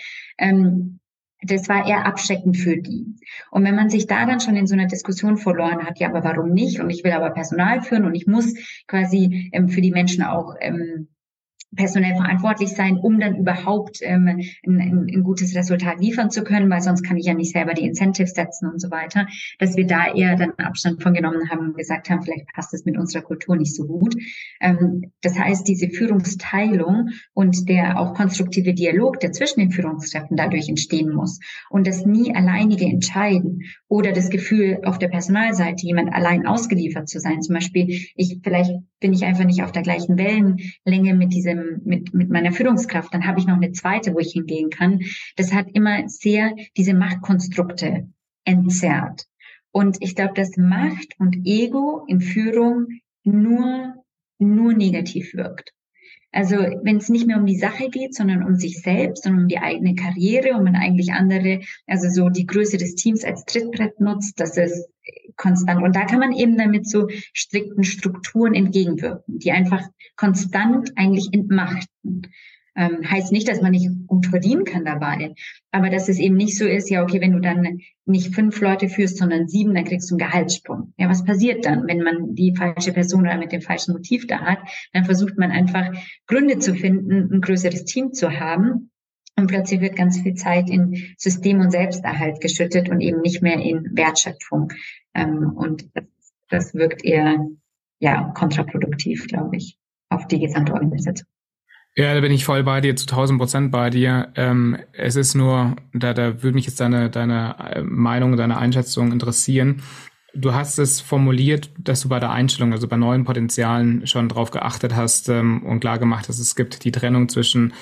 das war eher abschreckend für die. Und wenn man sich da dann schon in so einer Diskussion verloren hat, ja, aber warum nicht? Und ich will aber Personal führen und ich muss quasi für die Menschen auch personell verantwortlich sein, um dann überhaupt ein gutes Resultat liefern zu können, weil sonst kann ich ja nicht selber die Incentives setzen und so weiter, dass wir da eher dann Abstand von genommen haben und gesagt haben, vielleicht passt es mit unserer Kultur nicht so gut. Das heißt, diese Führungsteilung und der auch konstruktive Dialog, der zwischen den Führungskräften dadurch entstehen muss und das nie alleinige Entscheiden oder das Gefühl, auf der Personalseite jemand allein ausgeliefert zu sein. Zum Beispiel, vielleicht bin ich einfach nicht auf der gleichen Wellenlänge mit meiner Führungskraft, dann habe ich noch eine zweite, wo ich hingehen kann. Das hat immer sehr diese Machtkonstrukte entzerrt. Und ich glaube, dass Macht und Ego in Führung nur negativ wirkt. Also wenn es nicht mehr um die Sache geht, sondern um sich selbst und um die eigene Karriere und man eigentlich andere, also so die Größe des Teams als Trittbrett nutzt, das ist konstant. Und da kann man eben damit so strikten Strukturen entgegenwirken, die einfach konstant eigentlich entmachten. Heißt nicht, dass man nicht gut verdienen kann dabei, aber dass es eben nicht so ist, ja okay, wenn du dann nicht 5 Leute führst, sondern 7, dann kriegst du einen Gehaltssprung. Ja, was passiert dann, wenn man die falsche Person oder mit dem falschen Motiv da hat? Dann versucht man einfach Gründe zu finden, ein größeres Team zu haben. Und plötzlich wird ganz viel Zeit in System und Selbsterhalt geschüttet und eben nicht mehr in Wertschöpfung. Und das wirkt eher kontraproduktiv, glaube ich, auf die gesamte Organisation. Ja, da bin ich voll bei dir, zu 1000% bei dir. Es ist nur, da würde mich jetzt deine Meinung, deine Einschätzung interessieren. Du hast es formuliert, dass du bei der Einstellung, also bei neuen Potenzialen schon drauf geachtet hast und klar gemacht hast, es gibt die Trennung zwischen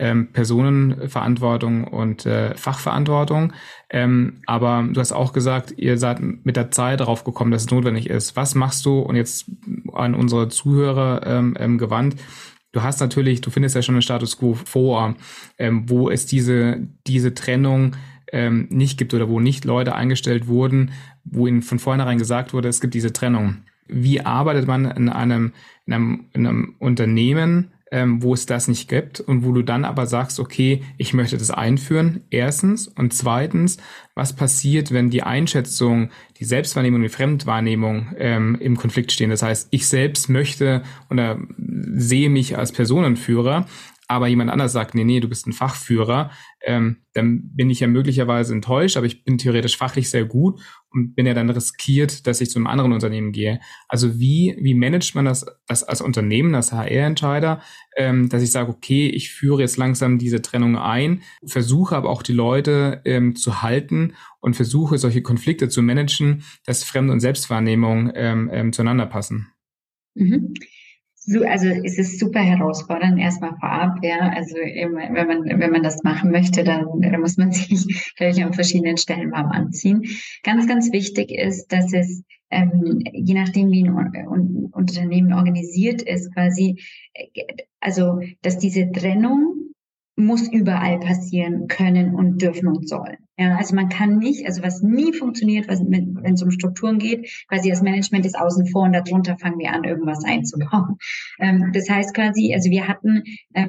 Personenverantwortung und Fachverantwortung. Aber du hast auch gesagt, ihr seid mit der Zeit darauf gekommen, dass es notwendig ist. Was machst du, und jetzt an unsere Zuhörer gewandt, du findest ja schon einen Status quo vor, wo es diese Trennung nicht gibt oder wo nicht Leute eingestellt wurden, wo ihnen von vornherein gesagt wurde, es gibt diese Trennung. Wie arbeitet man in einem Unternehmen, wo es das nicht gibt und wo du dann aber sagst, okay, ich möchte das einführen, erstens. Und zweitens, was passiert, wenn die Einschätzung, die Selbstwahrnehmung und die Fremdwahrnehmung im Konflikt stehen? Das heißt, ich selbst möchte oder sehe mich als Personenführer, aber jemand anders sagt, nee, du bist ein Fachführer, dann bin ich ja möglicherweise enttäuscht, aber ich bin theoretisch fachlich sehr gut und bin ja dann riskiert, dass ich zu einem anderen Unternehmen gehe. Also wie managt man das als Unternehmen, als HR-Entscheider, dass ich sage, okay, ich führe jetzt langsam diese Trennung ein, versuche aber auch die Leute zu halten und versuche solche Konflikte zu managen, dass Fremd- und Selbstwahrnehmung zueinander passen. Mhm. Also es ist super herausfordernd, erstmal vorab, ja. Also wenn man das machen möchte, dann muss man sich, glaube ich, an verschiedenen Stellen warm anziehen. Ganz, ganz wichtig ist, dass es, je nachdem, wie ein Unternehmen organisiert ist, quasi, also dass diese Trennung muss überall passieren können und dürfen und sollen. Ja, also man kann nicht, also was nie funktioniert, wenn es um Strukturen geht, quasi das Management ist außen vor und darunter fangen wir an, irgendwas einzubauen. Das heißt quasi, also wir hatten,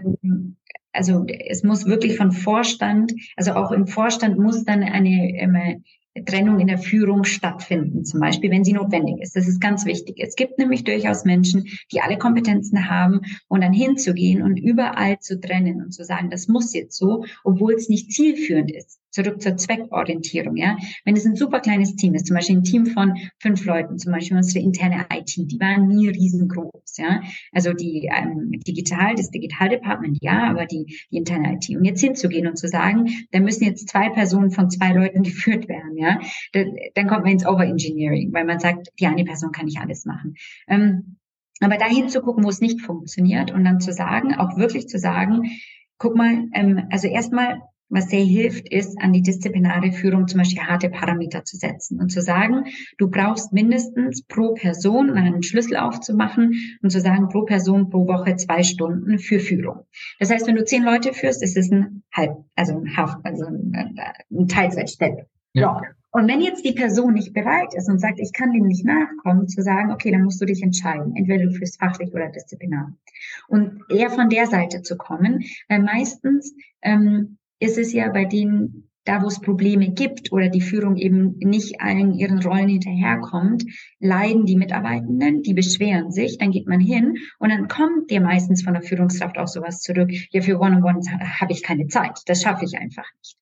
also es muss wirklich von Vorstand, also auch im Vorstand muss dann eine Trennung in der Führung stattfinden, zum Beispiel, wenn sie notwendig ist. Das ist ganz wichtig. Es gibt nämlich durchaus Menschen, die alle Kompetenzen haben und dann hinzugehen und überall zu trennen und zu sagen, das muss jetzt so, obwohl es nicht zielführend ist. Zurück zur Zweckorientierung, ja. Wenn es ein super kleines Team ist, zum Beispiel ein Team von 5 Leuten, zum Beispiel unsere interne IT, die waren nie riesengroß, ja. Also das Digitaldepartment, ja, aber die interne IT. Und jetzt hinzugehen und zu sagen, da müssen jetzt 2 Personen von 2 Leuten geführt werden, ja. Dann kommt man ins Overengineering, weil man sagt, die eine Person kann nicht alles machen. Aber dahin zu gucken, wo es nicht funktioniert und dann zu sagen, auch wirklich zu sagen, guck mal, also erstmal, was sehr hilft, ist, an die disziplinare Führung zum Beispiel harte Parameter zu setzen und zu sagen, du brauchst mindestens pro Person einen Schlüssel aufzumachen und zu sagen, pro Person pro Woche 2 Stunden für Führung. Das heißt, wenn du 10 Leute führst, ist es ein Teilzeitstelle. Ja. Und wenn jetzt die Person nicht bereit ist und sagt, ich kann dem nicht nachkommen, zu sagen, okay, dann musst du dich entscheiden. Entweder du führst fachlich oder disziplinar. Und eher von der Seite zu kommen, weil meistens ist es ja bei denen, da wo es Probleme gibt oder die Führung eben nicht allen ihren Rollen hinterherkommt, leiden die Mitarbeitenden, die beschweren sich, dann geht man hin und dann kommt dir meistens von der Führungskraft auch sowas zurück, ja, für One-on-Ones habe ich keine Zeit, das schaffe ich einfach nicht.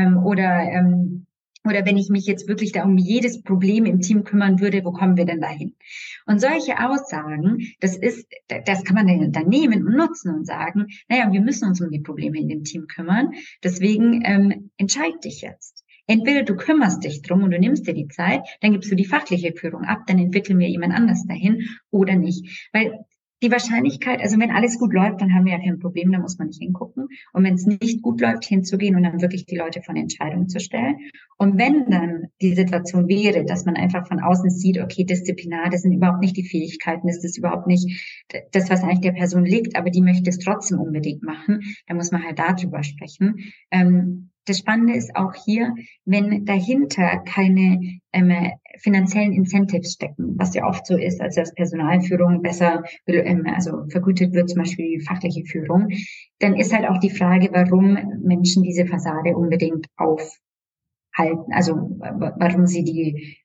Oder wenn ich mich jetzt wirklich da um jedes Problem im Team kümmern würde, wo kommen wir denn dahin? Und solche Aussagen, das kann man dann nehmen und nutzen und sagen, naja, wir müssen uns um die Probleme in dem Team kümmern. Deswegen entscheid dich jetzt. Entweder du kümmerst dich drum und du nimmst dir die Zeit, dann gibst du die fachliche Führung ab, dann entwickeln wir jemand anders dahin oder nicht. Weil Die Wahrscheinlichkeit, also wenn alles gut läuft, dann haben wir ja kein Problem, da muss man nicht hingucken. Und wenn es nicht gut läuft, hinzugehen und dann wirklich die Leute vor eine Entscheidung zu stellen. Und wenn dann die Situation wäre, dass man einfach von außen sieht, okay, Disziplinar, das sind überhaupt nicht die Fähigkeiten, das ist überhaupt nicht das, was eigentlich der Person liegt, aber die möchte es trotzdem unbedingt machen, dann muss man halt darüber sprechen. Das Spannende ist auch hier, wenn dahinter keine finanziellen Incentives stecken, was ja oft so ist, als dass Personalführung besser also vergütet wird, zum Beispiel die fachliche Führung, dann ist halt auch die Frage, warum Menschen diese Fassade unbedingt aufhalten, also warum sie die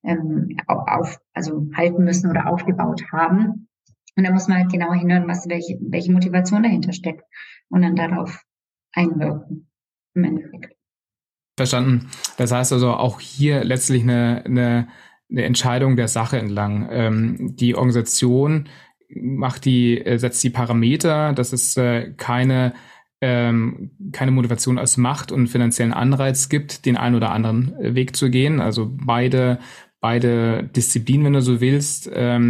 halten müssen oder aufgebaut haben. Und da muss man halt genau hinhören, welche Motivation dahinter steckt und dann darauf einwirken im Endeffekt. Verstanden. Das heißt also auch hier letztlich eine Entscheidung der Sache entlang. Die Organisation setzt die Parameter, dass es keine Motivation als Macht und finanziellen Anreiz gibt, den einen oder anderen Weg zu gehen. Also beide Disziplinen, wenn du so willst,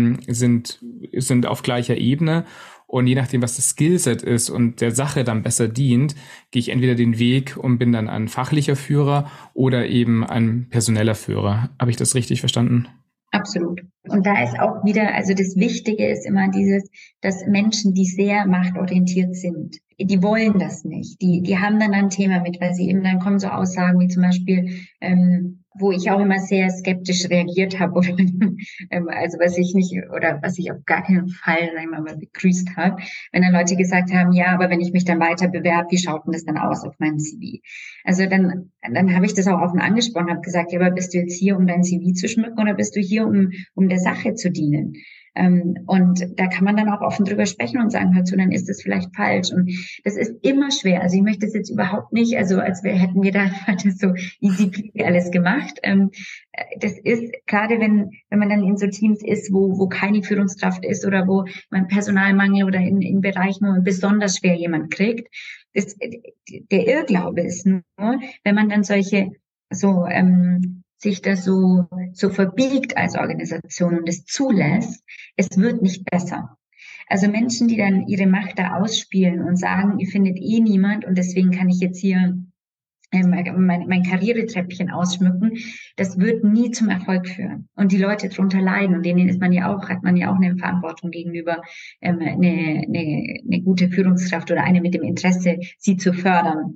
sind auf gleicher Ebene. Und je nachdem, was das Skillset ist und der Sache dann besser dient, gehe ich entweder den Weg und bin dann ein fachlicher Führer oder eben ein personeller Führer. Habe ich das richtig verstanden? Absolut. Und da ist auch wieder, also das Wichtige ist immer dass Menschen, die sehr machtorientiert sind, die wollen das nicht. Die haben dann ein Thema mit, weil sie eben dann kommen so Aussagen wie zum Beispiel, wo ich auch immer sehr skeptisch reagiert habe, also was ich auf gar keinen Fall, sagen wir mal, begrüßt habe, wenn dann Leute gesagt haben, ja, aber wenn ich mich dann weiter bewerbe, wie schaut denn das dann aus auf meinem CV? Also dann habe ich das auch offen angesprochen, habe gesagt, ja, aber bist du jetzt hier, um dein CV zu schmücken oder bist du hier, um der Sache zu dienen? Und da kann man dann auch offen drüber sprechen und sagen, hör zu, dann ist das vielleicht falsch. Und das ist immer schwer. Also ich möchte das jetzt überhaupt nicht, also hätten wir da das so easy alles gemacht. Das ist, gerade wenn man dann in so Teams ist, wo keine Führungskraft ist oder wo man Personalmangel oder in Bereichen, wo man besonders schwer jemand kriegt. Der Irrglaube ist nur, wenn man dann sich das so verbiegt als Organisation und es zulässt, es wird nicht besser. Also Menschen, die dann ihre Macht da ausspielen und sagen, ihr findet eh niemand und deswegen kann ich jetzt hier mein Karrieretreppchen ausschmücken, das wird nie zum Erfolg führen. Und die Leute drunter leiden und denen hat man ja auch eine Verantwortung gegenüber, eine gute Führungskraft oder eine mit dem Interesse, sie zu fördern,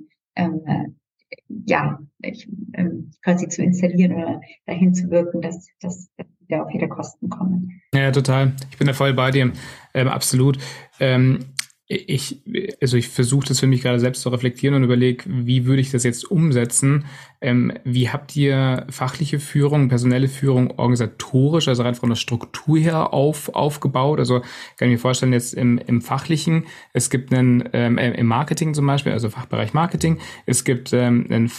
quasi zu installieren oder dahin zu wirken, dass wieder auf ihre Kosten kommen. Ja, total. Ich bin da voll bei dir. Absolut. Ich versuche das für mich gerade selbst zu reflektieren und überlege, wie würde ich das jetzt umsetzen? Wie habt ihr fachliche Führung, personelle Führung organisatorisch, also rein von der Struktur her aufgebaut? Also kann ich mir vorstellen, jetzt im Fachlichen, es gibt im Marketing zum Beispiel, also Fachbereich Marketing, es gibt einen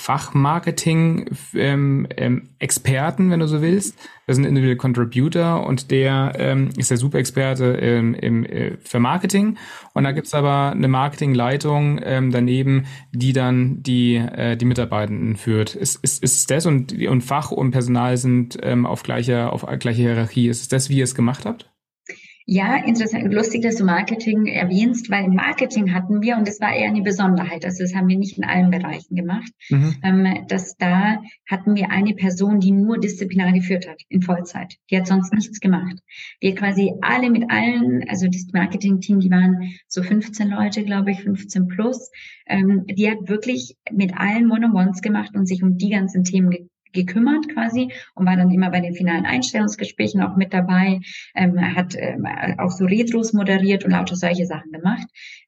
Fachmarketing-Experten, wenn du so willst. Das ist ein Individual Contributor und der ist der Superexperte für Marketing. Und da gibt's aber eine Marketingleitung daneben, die dann die Mitarbeitenden führt. Ist es das und Fach und Personal sind auf gleicher Hierarchie? Ist es das, wie ihr es gemacht habt? Ja, interessant, lustig, dass du Marketing erwähnst, weil im Marketing hatten wir, und das war eher eine Besonderheit, also das haben wir nicht in allen Bereichen gemacht, da hatten wir eine Person, die nur Disziplinar geführt hat, in Vollzeit. Die hat sonst nichts gemacht. Die hat quasi also das Marketing-Team, die waren so 15 Leute, glaube ich, 15 plus, die hat wirklich mit allen One-on-Ones gemacht und sich um die ganzen Themen gekümmert quasi und war dann immer bei den finalen Einstellungsgesprächen auch mit dabei, hat auch so Retros moderiert und lauter solche Sachen gemacht.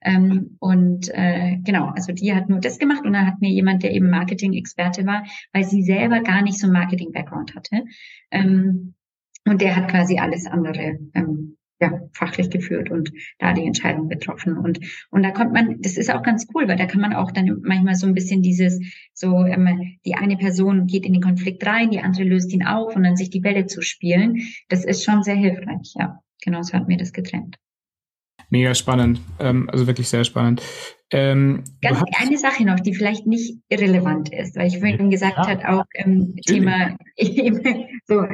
Genau, also die hat nur das gemacht und dann hat mir jemand, der eben Marketing-Experte war, weil sie selber gar nicht so einen Marketing-Background hatte. Und der hat quasi alles andere fachlich geführt und da die Entscheidung getroffen. Und da kommt man, das ist auch ganz cool, weil da kann man auch dann manchmal so ein bisschen die eine Person geht in den Konflikt rein, die andere löst ihn auf und dann sich die Bälle zuspielen. Das ist schon sehr hilfreich, ja. Genau, so hat mir das getrennt. Mega spannend, also wirklich sehr spannend. Eine Sache noch, die vielleicht nicht irrelevant ist, weil ich vorhin gesagt habe, auch Thema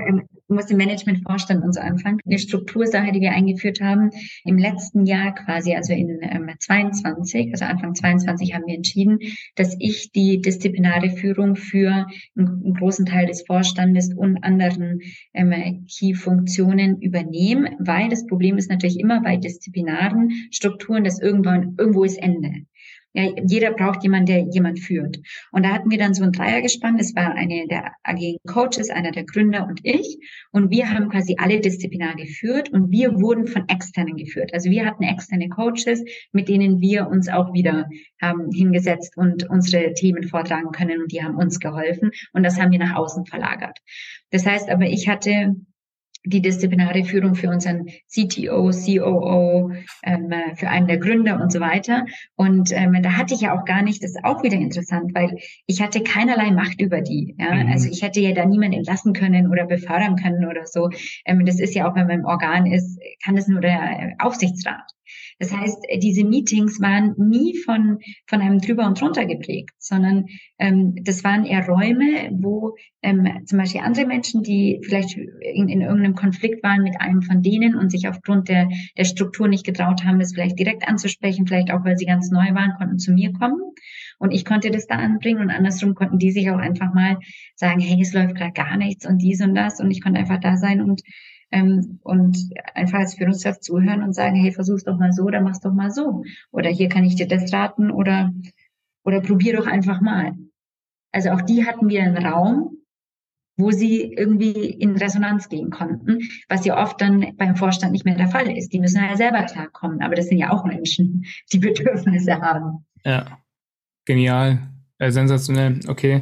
muss im Management-Vorstand und so anfangen. Eine Struktursache, die wir eingeführt haben im letzten Jahr quasi, also in 22, also Anfang 22 haben wir entschieden, dass ich die disziplinare Führung für einen großen Teil des Vorstandes und anderen Key-Funktionen übernehme, weil das Problem ist natürlich immer bei disziplinaren Strukturen, dass irgendwo ist Ende. Ja, jeder braucht jemanden, der jemand führt. Und da hatten wir dann so ein Dreiergespann. Das war eine der agilen Coaches, einer der Gründer und ich. Und wir haben quasi alle disziplinar geführt und wir wurden von Externen geführt. Also wir hatten externe Coaches, mit denen wir uns auch wieder haben hingesetzt und unsere Themen vortragen können und die haben uns geholfen. Und das haben wir nach außen verlagert. Das heißt aber, ich hatte die disziplinare Führung für unseren CTO, COO, für einen der Gründer und so weiter. Und da hatte ich ja auch gar nicht, das ist auch wieder interessant, weil ich hatte keinerlei Macht über die. Ja? Also ich hätte ja da niemanden entlassen können oder befördern können oder so. Das ist ja auch, wenn man im Organ ist, kann das nur der Aufsichtsrat. Das heißt, diese Meetings waren nie von einem drüber und drunter geprägt, sondern das waren eher Räume, wo zum Beispiel andere Menschen, die vielleicht in irgendeinem Konflikt waren mit einem von denen und sich aufgrund der Struktur nicht getraut haben, das vielleicht direkt anzusprechen, vielleicht auch, weil sie ganz neu waren, konnten zu mir kommen. Und ich konnte das da anbringen und andersrum konnten die sich auch einfach mal sagen, hey, es läuft gerade gar nichts und dies und das und ich konnte einfach da sein und einfach als Führungskraft zuhören und sagen, hey, versuch's doch mal so oder mach's doch mal so. Oder hier kann ich dir das raten oder probier doch einfach mal. Also auch die hatten wir einen Raum, wo sie irgendwie in Resonanz gehen konnten, was ja oft dann beim Vorstand nicht mehr der Fall ist. Die müssen ja selber klarkommen, aber das sind ja auch Menschen, die Bedürfnisse haben. Ja, genial, sensationell, okay.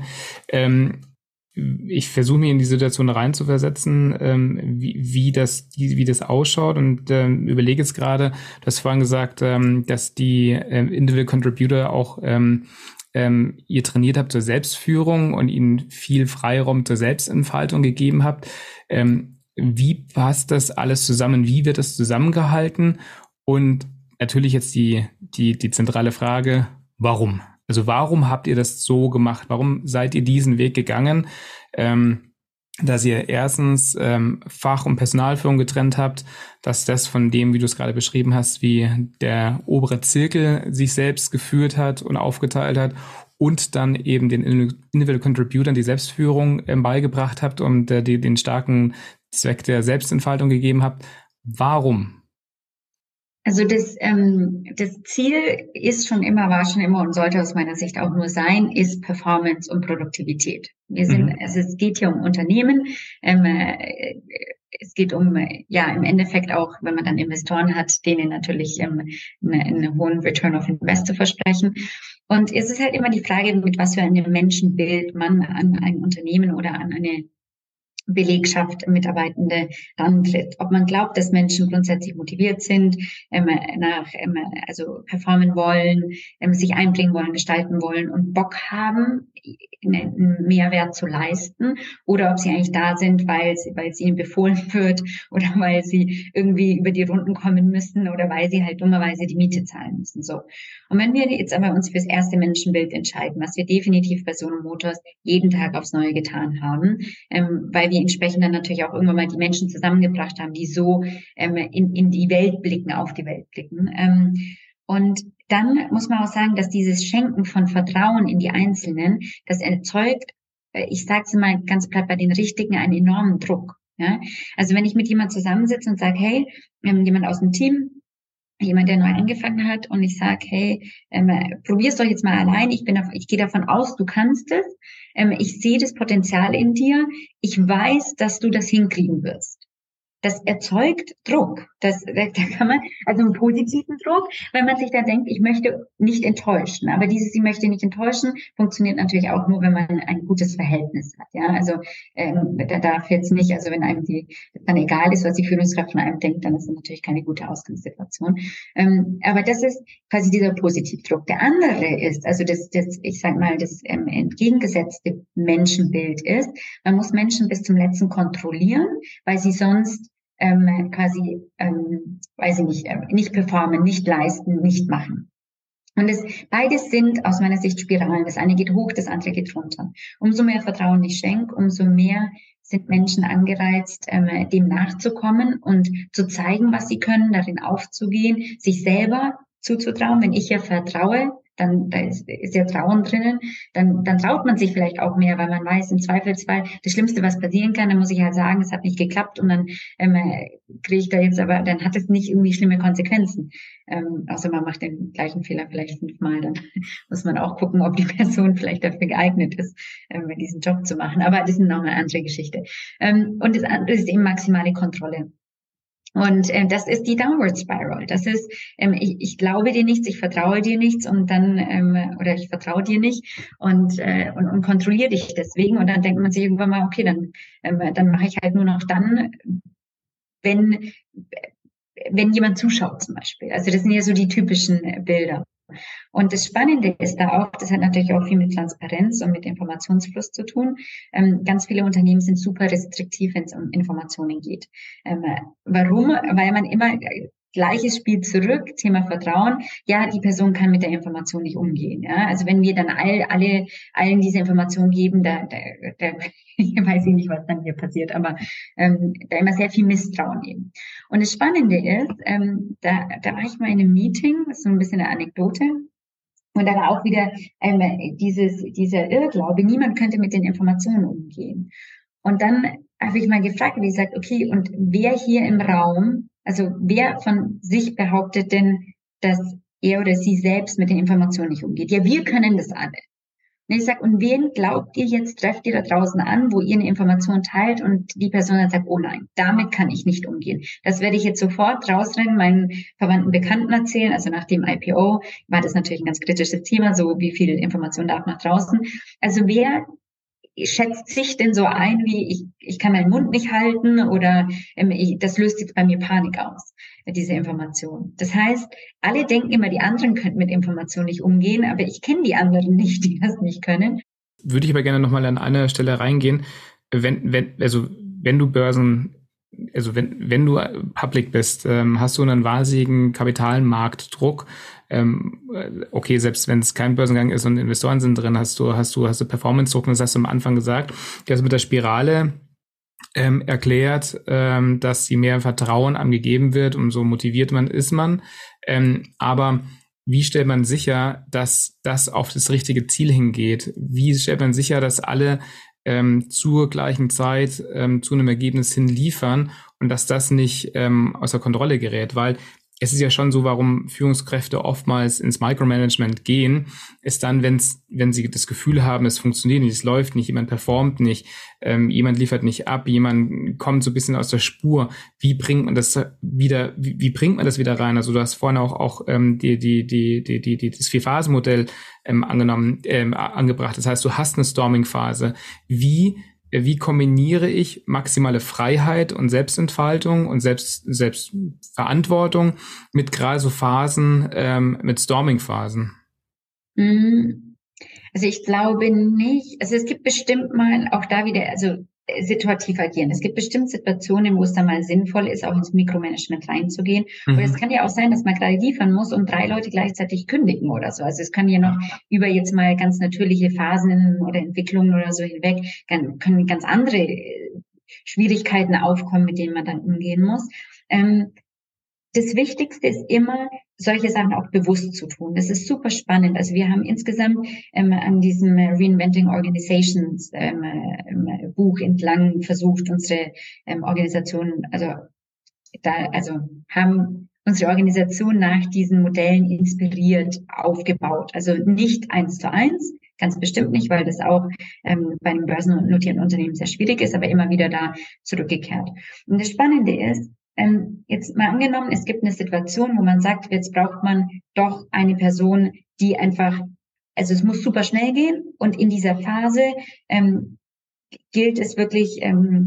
Ich versuche mich in die Situation reinzuversetzen, wie das ausschaut und überlege jetzt gerade, du hast vorhin gesagt, dass die Individual Contributor auch ihr trainiert habt zur Selbstführung und ihnen viel Freiraum zur Selbstentfaltung gegeben habt. Wie passt das alles zusammen? Wie wird das zusammengehalten? Und natürlich jetzt die zentrale Frage, warum? Also warum habt ihr das so gemacht? Warum seid ihr diesen Weg gegangen, dass ihr erstens Fach- und Personalführung getrennt habt, dass das von dem, wie du es gerade beschrieben hast, wie der obere Zirkel sich selbst geführt hat und aufgeteilt hat und dann eben den Individual Contributern die Selbstführung beigebracht habt und den starken Zweck der Selbstentfaltung gegeben habt. Warum? Also das Ziel war schon immer und sollte aus meiner Sicht auch nur sein, ist Performance und Produktivität. Also es geht hier um Unternehmen, es geht um, im Endeffekt auch, wenn man dann Investoren hat, denen natürlich einen hohen Return of Investor versprechen. Und es ist halt immer die Frage, mit was für einem Menschenbild man an ein Unternehmen oder an eine Belegschaft, Mitarbeitende rantritt. Ob man glaubt, dass Menschen grundsätzlich motiviert sind, also performen wollen, sich einbringen wollen, gestalten wollen und Bock haben, einen Mehrwert zu leisten, oder ob sie eigentlich da sind, weil es ihnen befohlen wird oder weil sie irgendwie über die Runden kommen müssen oder weil sie halt dummerweise die Miete zahlen müssen. So. Und wenn wir jetzt aber uns fürs erste Menschenbild entscheiden, was wir definitiv bei Sono Motors jeden Tag aufs Neue getan haben, weil wir entsprechend dann natürlich auch irgendwann mal die Menschen zusammengebracht haben, die so in die Welt blicken, auf die Welt blicken. Und dann muss man auch sagen, dass dieses Schenken von Vertrauen in die Einzelnen, das erzeugt, ich sage es mal ganz platt, bei den Richtigen einen enormen Druck. Ja? Also wenn ich mit jemand zusammensitze und sage, hey, jemand aus dem Team, jemand, der neu angefangen hat, und ich sage, hey, probier's doch jetzt mal allein, ich gehe davon aus, du kannst es, ich sehe das Potenzial in dir, ich weiß, dass du das hinkriegen wirst. Das erzeugt Druck. Da kann man, also einen positiven Druck, weil man sich da denkt, ich möchte nicht enttäuschen. Aber dieses, ich möchte nicht enttäuschen, funktioniert natürlich auch nur, wenn man ein gutes Verhältnis hat. Ja, also da darf jetzt nicht, also wenn einem dann egal ist, was die Führungskraft von einem denkt, dann ist das natürlich keine gute Ausgangssituation. Aber das ist quasi dieser Positivdruck. Der andere ist, also das ich sag mal, das entgegengesetzte Menschenbild ist, man muss Menschen bis zum Letzten kontrollieren, weil sie sonst weiß ich nicht performen, nicht leisten, nicht machen. Und beides sind aus meiner Sicht Spiralen. Das eine geht hoch, das andere geht runter. Umso mehr Vertrauen ich schenke, umso mehr sind Menschen angereizt, dem nachzukommen und zu zeigen, was sie können, darin aufzugehen, sich selber zuzutrauen. Wenn ich ja vertraue, dann da ist ja Trauen drinnen, dann traut man sich vielleicht auch mehr, weil man weiß, im Zweifelsfall, das Schlimmste, was passieren kann, dann muss ich halt sagen, es hat nicht geklappt und dann kriege ich da jetzt aber, dann hat es nicht irgendwie schlimme Konsequenzen. Außer man macht den gleichen Fehler vielleicht 5-mal, dann muss man auch gucken, ob die Person vielleicht dafür geeignet ist, diesen Job zu machen. Aber das ist noch eine andere Geschichte. Und das andere ist eben maximale Kontrolle. Und das ist die Downward Spiral. Das ist, ich glaube dir nichts, ich vertraue dir nichts und dann, oder ich vertraue dir nicht und kontrolliere dich deswegen. Und dann denkt man sich irgendwann mal, okay, dann mache ich halt nur noch dann, wenn jemand zuschaut zum Beispiel. Also das sind ja so die typischen Bilder. Und das Spannende ist da auch, das hat natürlich auch viel mit Transparenz und mit Informationsfluss zu tun. Ganz viele Unternehmen sind super restriktiv, wenn es um Informationen geht. Warum? Weil man immer gleiches Spiel zurück, Thema Vertrauen. Ja, die Person kann mit der Information nicht umgehen. Ja? Also wenn wir dann allen diese Information geben, da ich weiß nicht, was dann hier passiert, aber da immer sehr viel Misstrauen eben. Und das Spannende ist, da war ich mal in einem Meeting, das ist so ein bisschen eine Anekdote, und da war auch wieder dieser Irrglaube, niemand könnte mit den Informationen umgehen. Und dann habe ich mal gefragt, wie gesagt, okay, und wer hier im Raum, also wer von sich behauptet denn, dass er oder sie selbst mit den Informationen nicht umgeht? Ja, wir können das alle. Und ich sage, und wen glaubt ihr jetzt, trefft ihr da draußen an, wo ihr eine Information teilt und die Person dann sagt, oh nein, damit kann ich nicht umgehen. Das werde ich jetzt sofort rausrennen, meinen Verwandten, Bekannten erzählen. Also nach dem IPO war das natürlich ein ganz kritisches Thema, so wie viel Information darf nach draußen. Also wer schätzt sich denn so ein, wie ich kann meinen Mund nicht halten oder das löst jetzt bei mir Panik aus, diese Information. Das heißt, alle denken immer, die anderen könnten mit Informationen nicht umgehen, aber ich kenne die anderen nicht, die das nicht können. Würde ich aber gerne nochmal an eine Stelle reingehen. Wenn du wenn du public bist, hast du einen wahnsinnigen Kapitalmarktdruck. Okay, selbst wenn es kein Börsengang ist und Investoren sind drin, hast du Performance-Druck, das hast du am Anfang gesagt. Du hast mit der Spirale erklärt, dass je mehr Vertrauen einem gegeben wird, umso motiviert ist man. Aber wie stellt man sicher, dass das auf das richtige Ziel hingeht? Wie stellt man sicher, dass alle zur gleichen Zeit zu einem Ergebnis hin liefern und dass das nicht außer Kontrolle gerät? Weil es ist ja schon so, warum Führungskräfte oftmals ins Micromanagement gehen, ist dann, wenn sie das Gefühl haben, es funktioniert nicht, es läuft nicht, jemand performt nicht, jemand liefert nicht ab, jemand kommt so ein bisschen aus der Spur. Wie bringt man das wieder? Wie bringt man das wieder rein? Also du hast vorhin auch das 4-Phasen-Modell angebracht. Das heißt, du hast eine Storming-Phase. Wie kombiniere ich maximale Freiheit und Selbstentfaltung und Selbstverantwortung mit gerade so Phasen, mit Storming-Phasen? Also ich glaube nicht, also es gibt bestimmt mal auch da wieder, also situativ agieren. Es gibt bestimmt Situationen, wo es dann mal sinnvoll ist, auch ins Mikromanagement reinzugehen. Und es kann ja auch sein, dass man gerade liefern muss und 3 Leute gleichzeitig kündigen oder so. Also es kann ja noch über jetzt mal ganz natürliche Phasen oder Entwicklungen oder so hinweg, können ganz andere Schwierigkeiten aufkommen, mit denen man dann umgehen muss. Das Wichtigste ist immer, solche Sachen auch bewusst zu tun. Das ist super spannend. Also wir haben insgesamt an diesem Reinventing Organizations Buch entlang versucht, unsere Organisation, haben unsere Organisation nach diesen Modellen inspiriert aufgebaut. Also nicht 1:1, ganz bestimmt nicht, weil das auch bei einem börsennotierten Unternehmen sehr schwierig ist, aber immer wieder da zurückgekehrt. Und das Spannende ist, jetzt mal angenommen, es gibt eine Situation, wo man sagt, jetzt braucht man doch eine Person, die einfach, also es muss super schnell gehen und in dieser Phase gilt es wirklich,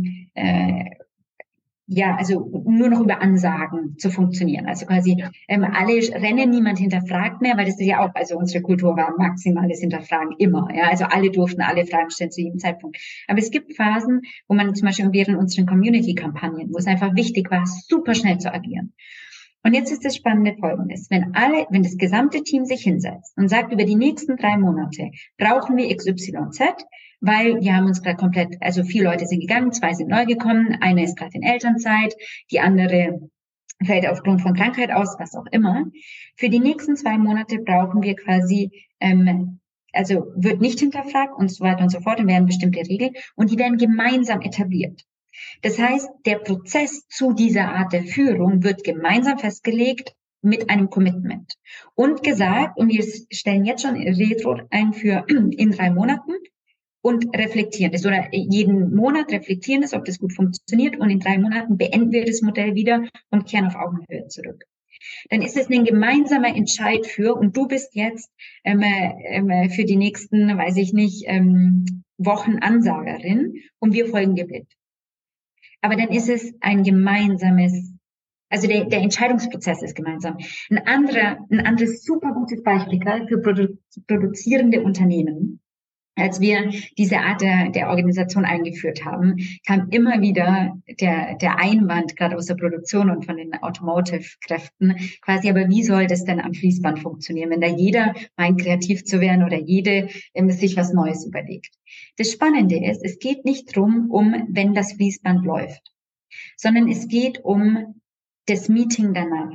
also nur noch über Ansagen zu funktionieren. Also quasi alle rennen, niemand hinterfragt mehr, weil das ist ja auch, also unsere Kultur war maximales Hinterfragen immer. Ja, also alle durften alle Fragen stellen zu jedem Zeitpunkt. Aber es gibt Phasen, wo man zum Beispiel während unseren Community-Kampagnen, wo es einfach wichtig war, super schnell zu agieren. Und jetzt ist das Spannende Folgendes. Wenn das gesamte Team sich hinsetzt und sagt, über die nächsten 3 Monate brauchen wir XYZ, weil wir haben uns gerade komplett, also 4 Leute sind gegangen, 2 sind neu gekommen, eine ist gerade in Elternzeit, die andere fällt aufgrund von Krankheit aus, was auch immer. Für die nächsten 2 Monate brauchen wir quasi, also wird nicht hinterfragt und so weiter und so fort und werden bestimmte Regeln und die werden gemeinsam etabliert. Das heißt, der Prozess zu dieser Art der Führung wird gemeinsam festgelegt mit einem Commitment und gesagt, und wir stellen jetzt schon Retro ein für in 3 Monaten und reflektieren das oder jeden Monat reflektieren das, ob das gut funktioniert und in 3 Monaten beenden wir das Modell wieder und kehren auf Augenhöhe zurück. Dann ist es ein gemeinsamer Entscheid und du bist jetzt für die nächsten, weiß ich nicht, Wochen Ansagerin und wir folgen dir blind. Aber dann ist es ein gemeinsames, also der Entscheidungsprozess ist gemeinsam. Ein anderes super gutes Beispiel für produzierende Unternehmen. Als wir diese Art der Organisation eingeführt haben, kam immer wieder der Einwand, gerade aus der Produktion und von den Automotive-Kräften, quasi, aber wie soll das denn am Fließband funktionieren, wenn da jeder meint, kreativ zu werden oder jede sich was Neues überlegt? Das Spannende ist, es geht nicht drum, wenn das Fließband läuft, sondern es geht um das Meeting danach.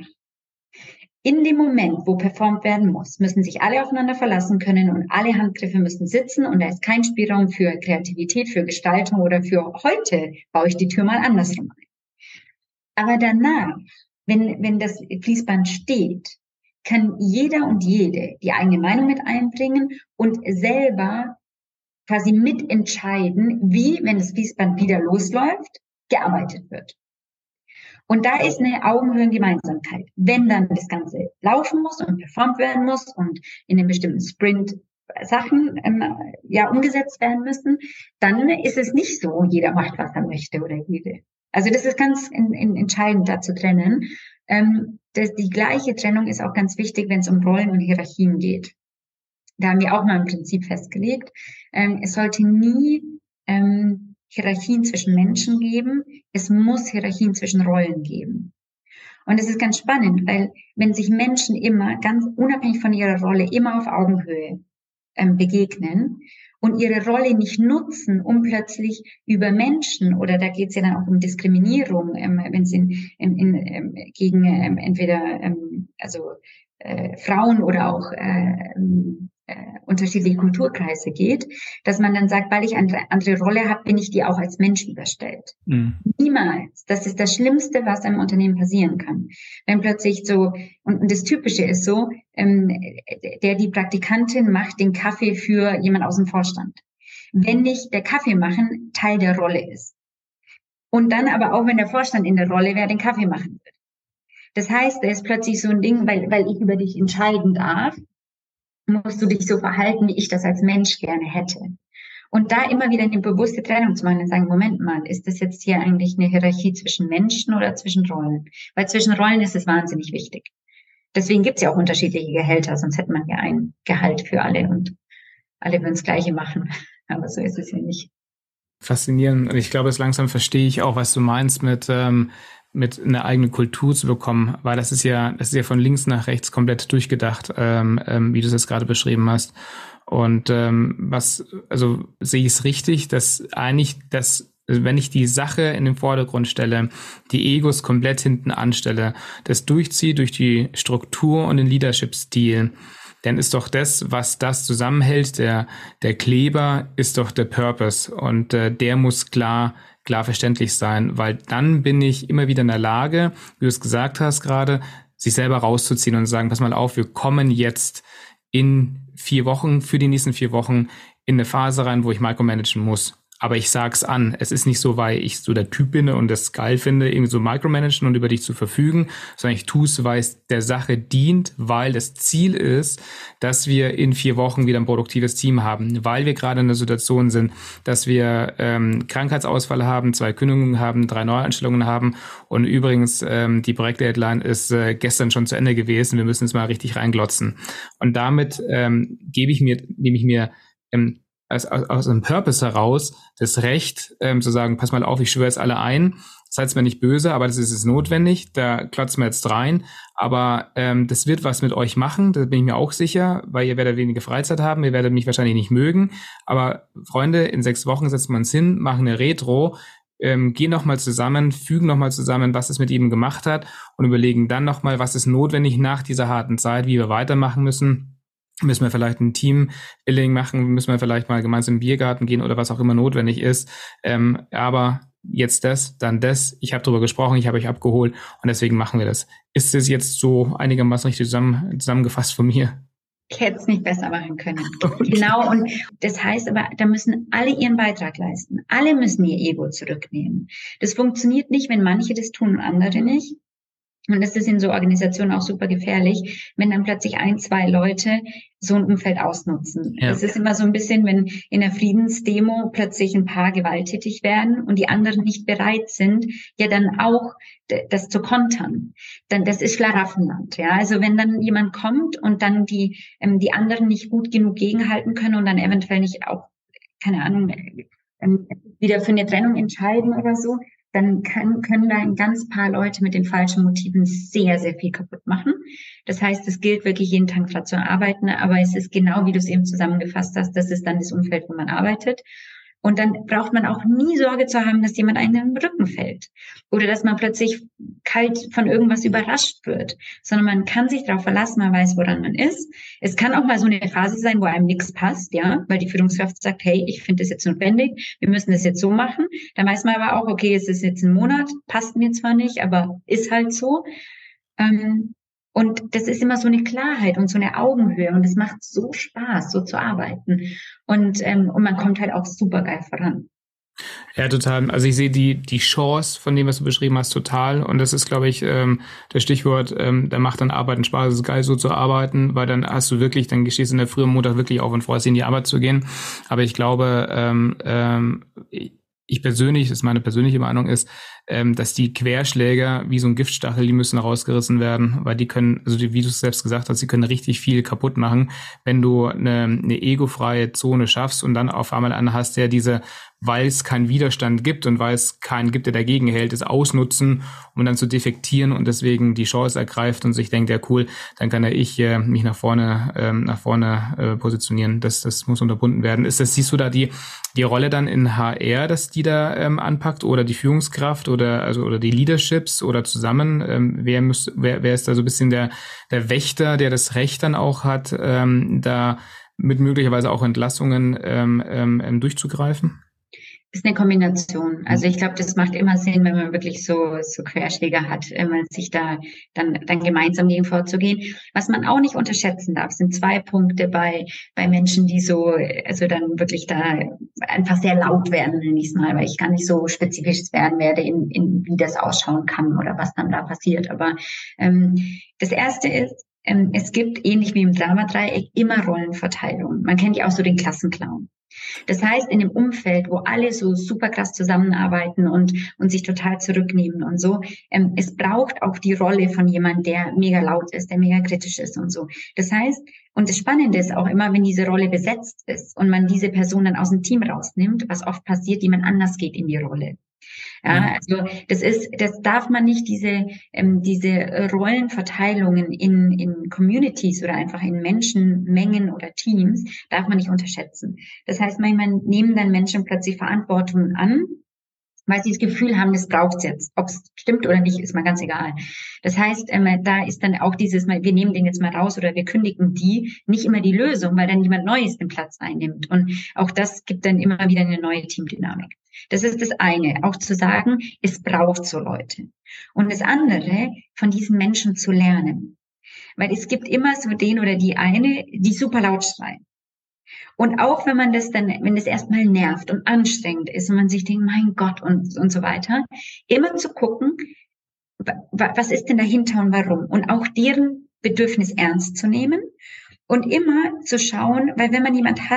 In dem Moment, wo performt werden muss, müssen sich alle aufeinander verlassen können und alle Handgriffe müssen sitzen und da ist kein Spielraum für Kreativität, für Gestaltung oder für heute baue ich die Tür mal andersrum ein. Aber danach, wenn das Fließband steht, kann jeder und jede die eigene Meinung mit einbringen und selber quasi mitentscheiden, wie, wenn das Fließband wieder losläuft, gearbeitet wird. Und da ist eine Augenhöhengemeinsamkeit. Wenn dann das Ganze laufen muss und performt werden muss und in einem bestimmten Sprint Sachen umgesetzt werden müssen, dann ist es nicht so, jeder macht, was er möchte oder jede. Also das ist ganz entscheidend, da zu trennen. Die gleiche Trennung ist auch ganz wichtig, wenn es um Rollen und Hierarchien geht. Da haben wir auch mal ein Prinzip festgelegt. Es sollte nie Hierarchien zwischen Menschen geben. Es muss Hierarchien zwischen Rollen geben. Und es ist ganz spannend, weil wenn sich Menschen immer ganz unabhängig von ihrer Rolle immer auf Augenhöhe begegnen und ihre Rolle nicht nutzen, um plötzlich über Menschen, oder da geht es ja dann auch um Diskriminierung, wenn es gegen entweder Frauen oder auch unterschiedliche Kulturkreise geht, dass man dann sagt, weil ich eine andere Rolle habe, bin ich die auch als Mensch überstellt. Mhm. Niemals. Das ist das Schlimmste, was einem Unternehmen passieren kann. Wenn plötzlich so, und das Typische ist so, die Praktikantin macht den Kaffee für jemand aus dem Vorstand. Wenn nicht der Kaffee machen Teil der Rolle ist. Und dann aber auch, wenn der Vorstand in der Rolle wäre, den Kaffee machen wird. Das heißt, da ist plötzlich so ein Ding, weil ich über dich entscheiden darf, musst du dich so verhalten, wie ich das als Mensch gerne hätte. Und da immer wieder eine bewusste Trennung zu machen und sagen, Moment mal, ist das jetzt hier eigentlich eine Hierarchie zwischen Menschen oder zwischen Rollen? Weil zwischen Rollen ist es wahnsinnig wichtig. Deswegen gibt es ja auch unterschiedliche Gehälter, sonst hätte man ja ein Gehalt für alle und alle würden das Gleiche machen. Aber so ist es ja nicht. Faszinierend. Und ich glaube, jetzt langsam verstehe ich auch, was du meinst mit eine eigene Kultur zu bekommen, weil das ist ja von links nach rechts komplett durchgedacht, wie du es jetzt gerade beschrieben hast. Und sehe ich es richtig, dass eigentlich wenn ich die Sache in den Vordergrund stelle, die Egos komplett hinten anstelle, das durchziehe durch die Struktur und den Leadership-Stil, dann ist doch das, was das zusammenhält, der Kleber, ist doch der Purpose. Und der muss klar verständlich sein, weil dann bin ich immer wieder in der Lage, wie du es gesagt hast gerade, sich selber rauszuziehen und sagen, pass mal auf, wir kommen jetzt in 4 Wochen, für die nächsten 4 Wochen in eine Phase rein, wo ich micromanagen muss. Aber ich sag's an, es ist nicht so, weil ich so der Typ bin und das geil finde, irgendwie so micromanagen und über dich zu verfügen, sondern ich tue es, weil es der Sache dient, weil das Ziel ist, dass wir in 4 Wochen wieder ein produktives Team haben, weil wir gerade in der Situation sind, dass wir Krankheitsausfälle haben, 2 Kündigungen haben, 3 Neueinstellungen haben und übrigens die Projektdeadline ist gestern schon zu Ende gewesen, wir müssen jetzt mal richtig reinglotzen. Und damit nehme ich mir aus einem Purpose heraus das Recht, zu sagen, pass mal auf, ich schwöre jetzt alle ein, seid mir nicht böse, aber das ist jetzt notwendig, da klotzen wir jetzt rein, aber das wird was mit euch machen, da bin ich mir auch sicher, weil ihr werdet wenige Freizeit haben, ihr werdet mich wahrscheinlich nicht mögen, aber Freunde, in 6 Wochen setzen wir uns hin, machen eine Retro, gehen nochmal zusammen, fügen nochmal zusammen, was es mit ihm gemacht hat und überlegen dann nochmal, was ist notwendig nach dieser harten Zeit, wie wir weitermachen müssen. Müssen wir vielleicht ein Team-Building machen, müssen wir vielleicht mal gemeinsam im Biergarten gehen oder was auch immer notwendig ist. Aber jetzt das, dann das. Ich habe darüber gesprochen, ich habe euch abgeholt und deswegen machen wir das. Ist das jetzt so einigermaßen richtig zusammengefasst von mir? Ich hätte es nicht besser machen können. Okay. Genau, und das heißt aber, da müssen alle ihren Beitrag leisten. Alle müssen ihr Ego zurücknehmen. Das funktioniert nicht, wenn manche das tun und andere nicht. Und das ist in so Organisationen auch super gefährlich, wenn dann plötzlich 1, 2 Leute so ein Umfeld ausnutzen. Ja. Das ist immer so ein bisschen, wenn in der Friedensdemo plötzlich ein paar gewalttätig werden und die anderen nicht bereit sind, ja dann auch das zu kontern. Dann, das ist Schlaraffenland, ja. Also wenn dann jemand kommt und dann die anderen nicht gut genug gegenhalten können und dann eventuell nicht auch, keine Ahnung, wieder für eine Trennung entscheiden oder so, dann können da ein ganz paar Leute mit den falschen Motiven sehr, sehr viel kaputt machen. Das heißt, es gilt wirklich jeden Tag daran zu arbeiten, aber es ist genau, wie du es eben zusammengefasst hast, das ist dann das Umfeld, wo man arbeitet. Und dann braucht man auch nie Sorge zu haben, dass jemand einem im Rücken fällt oder dass man plötzlich kalt von irgendwas überrascht wird, sondern man kann sich darauf verlassen, man weiß, woran man ist. Es kann auch mal so eine Phase sein, wo einem nichts passt, ja, weil die Führungskraft sagt, hey, ich finde das jetzt notwendig, wir müssen das jetzt so machen. Dann weiß man aber auch, okay, es ist jetzt ein Monat, passt mir zwar nicht, aber ist halt so. Und das ist immer so eine Klarheit und so eine Augenhöhe und es macht so Spaß, so zu arbeiten. Und man kommt halt auch super geil voran. Ja, total. Also ich sehe die Chance von dem, was du beschrieben hast, total. Und das ist, glaube ich, das Stichwort, da macht dann Arbeiten Spaß. Es ist geil, so zu arbeiten, weil dann hast du wirklich, dann stehst du in der Früh am Montag wirklich auf und freust dich, in die Arbeit zu gehen. Aber ich glaube, ich persönlich, das ist meine persönliche Meinung, ist, dass die Querschläger wie so ein Giftstachel, die müssen rausgerissen werden, weil die können, also wie du es selbst gesagt hast, die können richtig viel kaputt machen, wenn du eine egofreie Zone schaffst und dann auf einmal einen hast, der diese, weil es keinen Widerstand gibt und weil es keinen gibt, der dagegen hält, es ausnutzen, um dann zu defektieren und deswegen die Chance ergreift und sich denkt, ja cool, dann kann ich mich nach vorne positionieren. Das muss unterbunden werden. Siehst du da die Rolle dann in HR, dass die da anpackt oder die Führungskraft oder die Leaderships oder zusammen? Wer ist da so ein bisschen der Wächter, der das Recht dann auch hat, da mit möglicherweise auch Entlassungen durchzugreifen? Ist eine Kombination. Also ich glaube, das macht immer Sinn, wenn man wirklich so Querschläger hat, sich da dann gemeinsam gegen vorzugehen. Was man auch nicht unterschätzen darf, sind 2 Punkte bei Menschen, die also dann wirklich da einfach sehr laut werden, nenne ich es mal, weil ich gar nicht so spezifisch werden werde, in wie das ausschauen kann oder was dann da passiert. Aber das Erste ist, es gibt, ähnlich wie im Dramadreieck, immer Rollenverteilung. Man kennt ja auch so den Klassenclown. Das heißt, in dem Umfeld, wo alle so super krass zusammenarbeiten und sich total zurücknehmen und so, es braucht auch die Rolle von jemandem, der mega laut ist, der mega kritisch ist und so. Das heißt, und das Spannende ist auch immer, wenn diese Rolle besetzt ist und man diese Person dann aus dem Team rausnimmt, was oft passiert, jemand anders geht in die Rolle. Ja, also das darf man nicht, diese Rollenverteilungen in Communities oder einfach in Menschenmengen oder Teams, darf man nicht unterschätzen. Das heißt, manchmal nehmen dann Menschen plötzlich Verantwortung an, weil sie das Gefühl haben, das braucht's jetzt. Ob es stimmt oder nicht, ist mal ganz egal. Das heißt, da ist dann auch dieses Mal, wir nehmen den jetzt mal raus oder wir kündigen die, nicht immer die Lösung, weil dann jemand Neues den Platz einnimmt. Und auch das gibt dann immer wieder eine neue Teamdynamik. Das ist das eine, auch zu sagen, es braucht so Leute. Und das andere, von diesen Menschen zu lernen. Weil es gibt immer so den oder die eine, die super laut schreien. Und auch wenn wenn das erstmal nervt und anstrengend ist und man sich denkt, mein Gott und so weiter, immer zu gucken, was ist denn dahinter und warum? Und auch deren Bedürfnis ernst zu nehmen und immer zu schauen, weil wenn man jemand hat,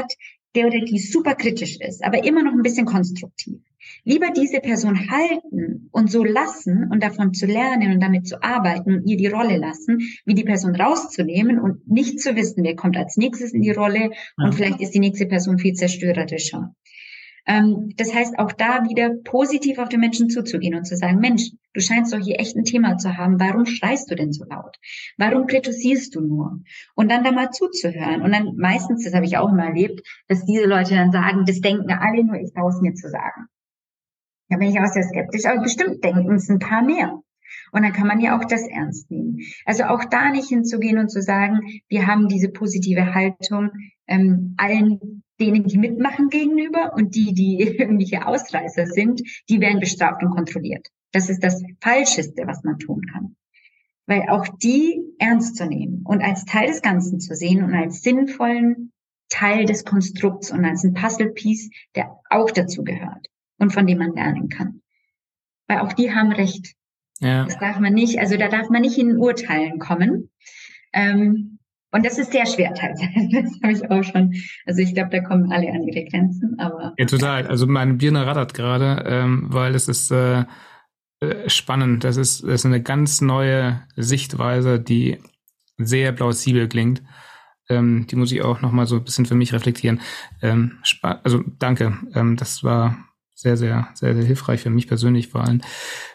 der oder die super kritisch ist, aber immer noch ein bisschen konstruktiv. Lieber diese Person halten und so lassen und davon zu lernen und damit zu arbeiten und ihr die Rolle lassen, wie die Person rauszunehmen und nicht zu wissen, wer kommt als nächstes in die Rolle und vielleicht ist die nächste Person viel zerstörerischer. Das heißt, auch da wieder positiv auf den Menschen zuzugehen und zu sagen, Mensch, du scheinst doch hier echt ein Thema zu haben. Warum schreist du denn so laut? Warum kritisierst du nur? Und dann da mal zuzuhören. Und dann meistens, das habe ich auch immer erlebt, dass diese Leute dann sagen, das denken alle nur, ich traue es mir zu sagen. Da bin ich auch sehr skeptisch, aber bestimmt denken es ein paar mehr. Und dann kann man ja auch das ernst nehmen. Also auch da nicht hinzugehen und zu sagen, wir haben diese positive Haltung allen denen, die mitmachen gegenüber und die irgendwelche Ausreißer sind, die werden bestraft und kontrolliert. Das ist das Falscheste, was man tun kann. Weil auch die ernst zu nehmen und als Teil des Ganzen zu sehen und als sinnvollen Teil des Konstrukts und als ein Puzzlepiece, der auch dazu gehört und von dem man lernen kann. Weil auch die haben Recht. Ja. Das darf man nicht, also da darf man nicht in Urteilen kommen. Und das ist sehr schwer tatsächlich. Das habe ich auch schon. Also ich glaube, da kommen alle an ihre Grenzen. Aber ja, total. Also meine Birne rattert gerade, weil es ist spannend. Das ist eine ganz neue Sichtweise, die sehr plausibel klingt. Die muss ich auch noch mal so ein bisschen für mich reflektieren. Also danke. Das war sehr, sehr, sehr, sehr hilfreich für mich persönlich vor allem.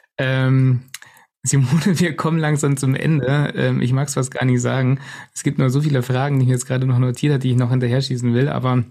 Simone, wir kommen langsam zum Ende. Ich mag es fast gar nicht sagen. Es gibt noch so viele Fragen, die ich jetzt gerade noch notiert habe, die ich noch hinterher schießen will, aber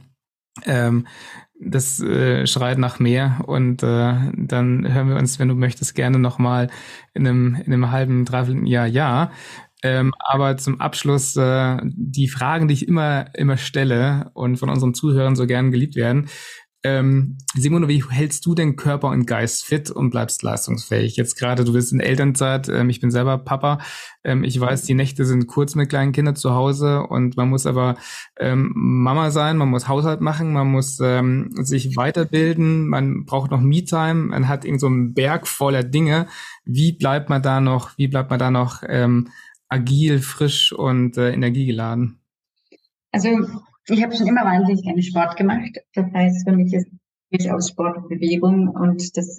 das schreit nach mehr und dann hören wir uns, wenn du möchtest, gerne nochmal in einem halben, dreiviertel Jahr. Aber zum Abschluss die Fragen, die ich immer stelle und von unseren Zuhörern so gern geliebt werden. Simone, wie hältst du denn Körper und Geist fit und bleibst leistungsfähig? Jetzt gerade, du bist in Elternzeit, ich bin selber Papa. Ich weiß, die Nächte sind kurz mit kleinen Kindern zu Hause und man muss aber Mama sein, man muss Haushalt machen, man muss sich weiterbilden, man braucht noch Me-Time, man hat irgend so einen Berg voller Dinge. Wie bleibt man da noch agil, frisch und energiegeladen? Also ich habe schon immer wahnsinnig gerne Sport gemacht. Das heißt, für mich ist durchaus Sport und Bewegung und das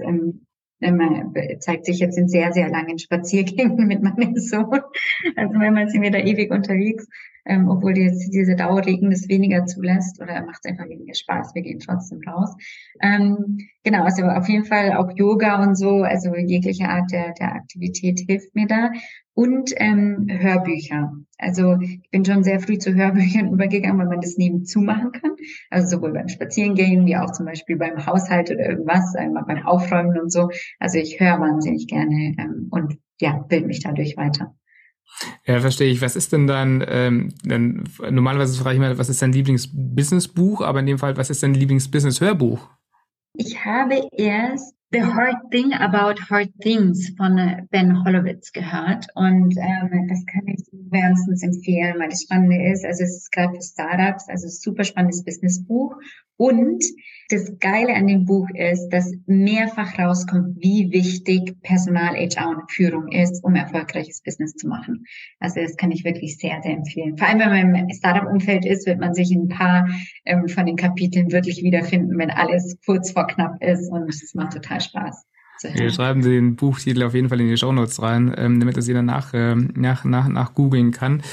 zeigt sich jetzt in sehr, sehr langen Spaziergängen mit meinem Sohn. Also manchmal sind wir da ewig unterwegs, obwohl jetzt dieser Dauerregen das weniger zulässt oder macht es einfach weniger Spaß. Wir gehen trotzdem raus. Genau, also auf jeden Fall auch Yoga und so, also jegliche Art der Aktivität hilft mir da. Und Hörbücher. Also ich bin schon sehr früh zu Hörbüchern übergegangen, weil man das nebenzu machen kann. Also sowohl beim Spazierengehen wie auch zum Beispiel beim Haushalt oder irgendwas, einmal beim Aufräumen und so. Also ich höre wahnsinnig gerne und ja, bilde mich dadurch weiter. Ja, verstehe ich. Was ist denn dann normalerweise frage ich mal, was ist dein Lieblings-Business-Buch, aber in dem Fall, was ist dein Lieblings-Business-Hörbuch? Ich habe erst The Hard Thing About Hard Things von Ben Horowitz gehört und das kann ich wärmstens empfehlen, weil das Spannende ist, also es ist gerade für Startups, also super spannendes Businessbuch und das Geile an dem Buch ist, dass mehrfach rauskommt, wie wichtig Personal, HR und Führung ist, um erfolgreiches Business zu machen. Also das kann ich wirklich sehr, sehr empfehlen. Vor allem, wenn man im Startup-Umfeld ist, wird man sich in ein paar von den Kapiteln wirklich wiederfinden, wenn alles kurz vor knapp ist und es macht total Spaß. Wir schreiben den Buchtitel auf jeden Fall in die Shownotes rein, damit das jeder nach googeln kann.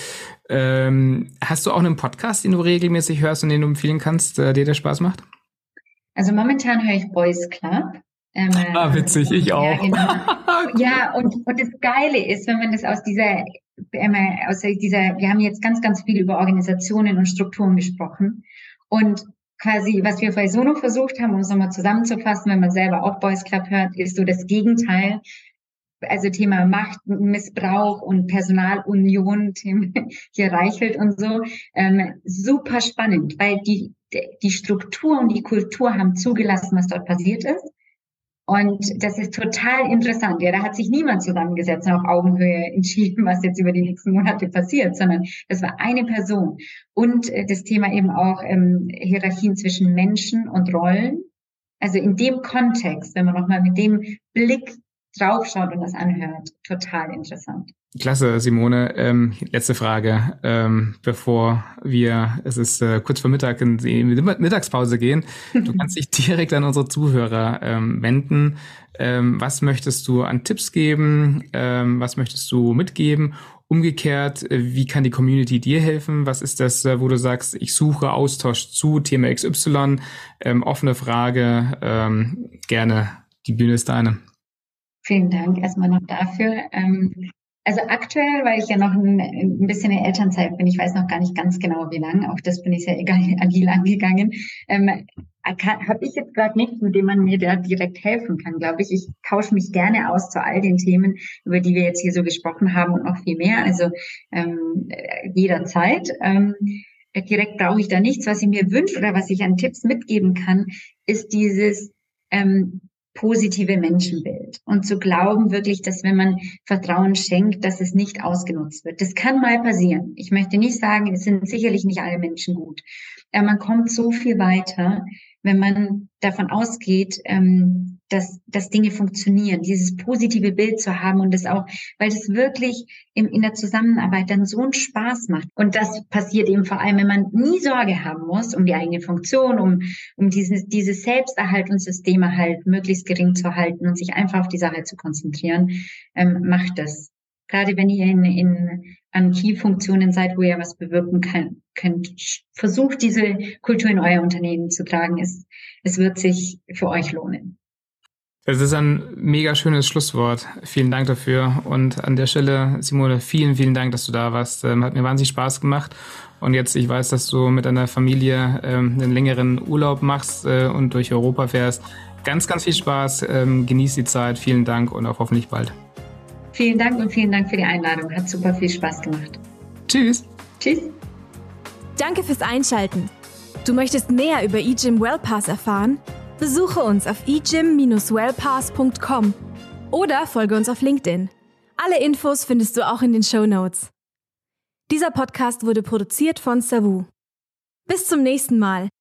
Hast du auch einen Podcast, den du regelmäßig hörst und den du empfehlen kannst, der Spaß macht? Also momentan höre ich Boys Club. Witzig, ich auch. Ja, genau. Ja, und das Geile ist, wenn man das aus dieser, wir haben jetzt ganz, ganz viel über Organisationen und Strukturen gesprochen und quasi, was wir bei Sono versucht haben, um es nochmal zusammenzufassen, wenn man selber auch Boys Club hört, ist so das Gegenteil. Also Thema Machtmissbrauch und Personalunion, Themen hier Reichelt und so. Super spannend, weil die Struktur und die Kultur haben zugelassen, was dort passiert ist. Und das ist total interessant. Ja, da hat sich niemand zusammengesetzt und auf Augenhöhe entschieden, was jetzt über die nächsten Monate passiert, sondern das war eine Person. Und das Thema eben auch Hierarchien zwischen Menschen und Rollen. Also in dem Kontext, wenn man nochmal mit dem Blick draufschaut und das anhört, total interessant. Klasse, Simone. Letzte Frage, bevor es ist kurz vor Mittag in die Mittagspause gehen. Du kannst dich direkt an unsere Zuhörer wenden. Was möchtest du an Tipps geben? Was möchtest du mitgeben? Umgekehrt, wie kann die Community dir helfen? Was ist das, wo du sagst, ich suche Austausch zu Thema XY? Offene Frage, gerne. Die Bühne ist deine. Vielen Dank erstmal noch dafür. Also aktuell, weil ich ja noch ein bisschen in Elternzeit bin, ich weiß noch gar nicht ganz genau, wie lange, auch das bin ich sehr agil angegangen, habe ich jetzt gerade nichts, mit dem man mir da direkt helfen kann, glaube ich. Ich tausche mich gerne aus zu all den Themen, über die wir jetzt hier so gesprochen haben und noch viel mehr, also jederzeit. Direkt brauche ich da nichts. Was ich mir wünsche oder was ich an Tipps mitgeben kann, ist dieses positive Menschenbild und zu glauben wirklich, dass wenn man Vertrauen schenkt, dass es nicht ausgenutzt wird. Das kann mal passieren. Ich möchte nicht sagen, es sind sicherlich nicht alle Menschen gut. Man kommt so viel weiter, wenn man davon ausgeht, dass Dinge funktionieren, dieses positive Bild zu haben und das auch, weil das wirklich in der Zusammenarbeit dann so einen Spaß macht. Und das passiert eben vor allem, wenn man nie Sorge haben muss um die eigene Funktion, um dieses Selbsterhaltungssystem halt möglichst gering zu halten und sich einfach auf die Sache zu konzentrieren, macht das. Gerade wenn ihr an Key-Funktionen seid, wo ihr was bewirken könnt, versucht diese Kultur in euer Unternehmen zu tragen. Es wird sich für euch lohnen. Das ist ein mega schönes Schlusswort. Vielen Dank dafür. Und an der Stelle, Simone, vielen, vielen Dank, dass du da warst. Hat mir wahnsinnig Spaß gemacht. Und jetzt, ich weiß, dass du mit deiner Familie einen längeren Urlaub machst und durch Europa fährst. Ganz, ganz viel Spaß. Genieß die Zeit. Vielen Dank und auch hoffentlich bald. Vielen Dank und vielen Dank für die Einladung. Hat super viel Spaß gemacht. Tschüss. Tschüss. Danke fürs Einschalten. Du möchtest mehr über eGym WellPass erfahren? Besuche uns auf egym-wellpass.com oder folge uns auf LinkedIn. Alle Infos findest du auch in den Shownotes. Dieser Podcast wurde produziert von Savu. Bis zum nächsten Mal.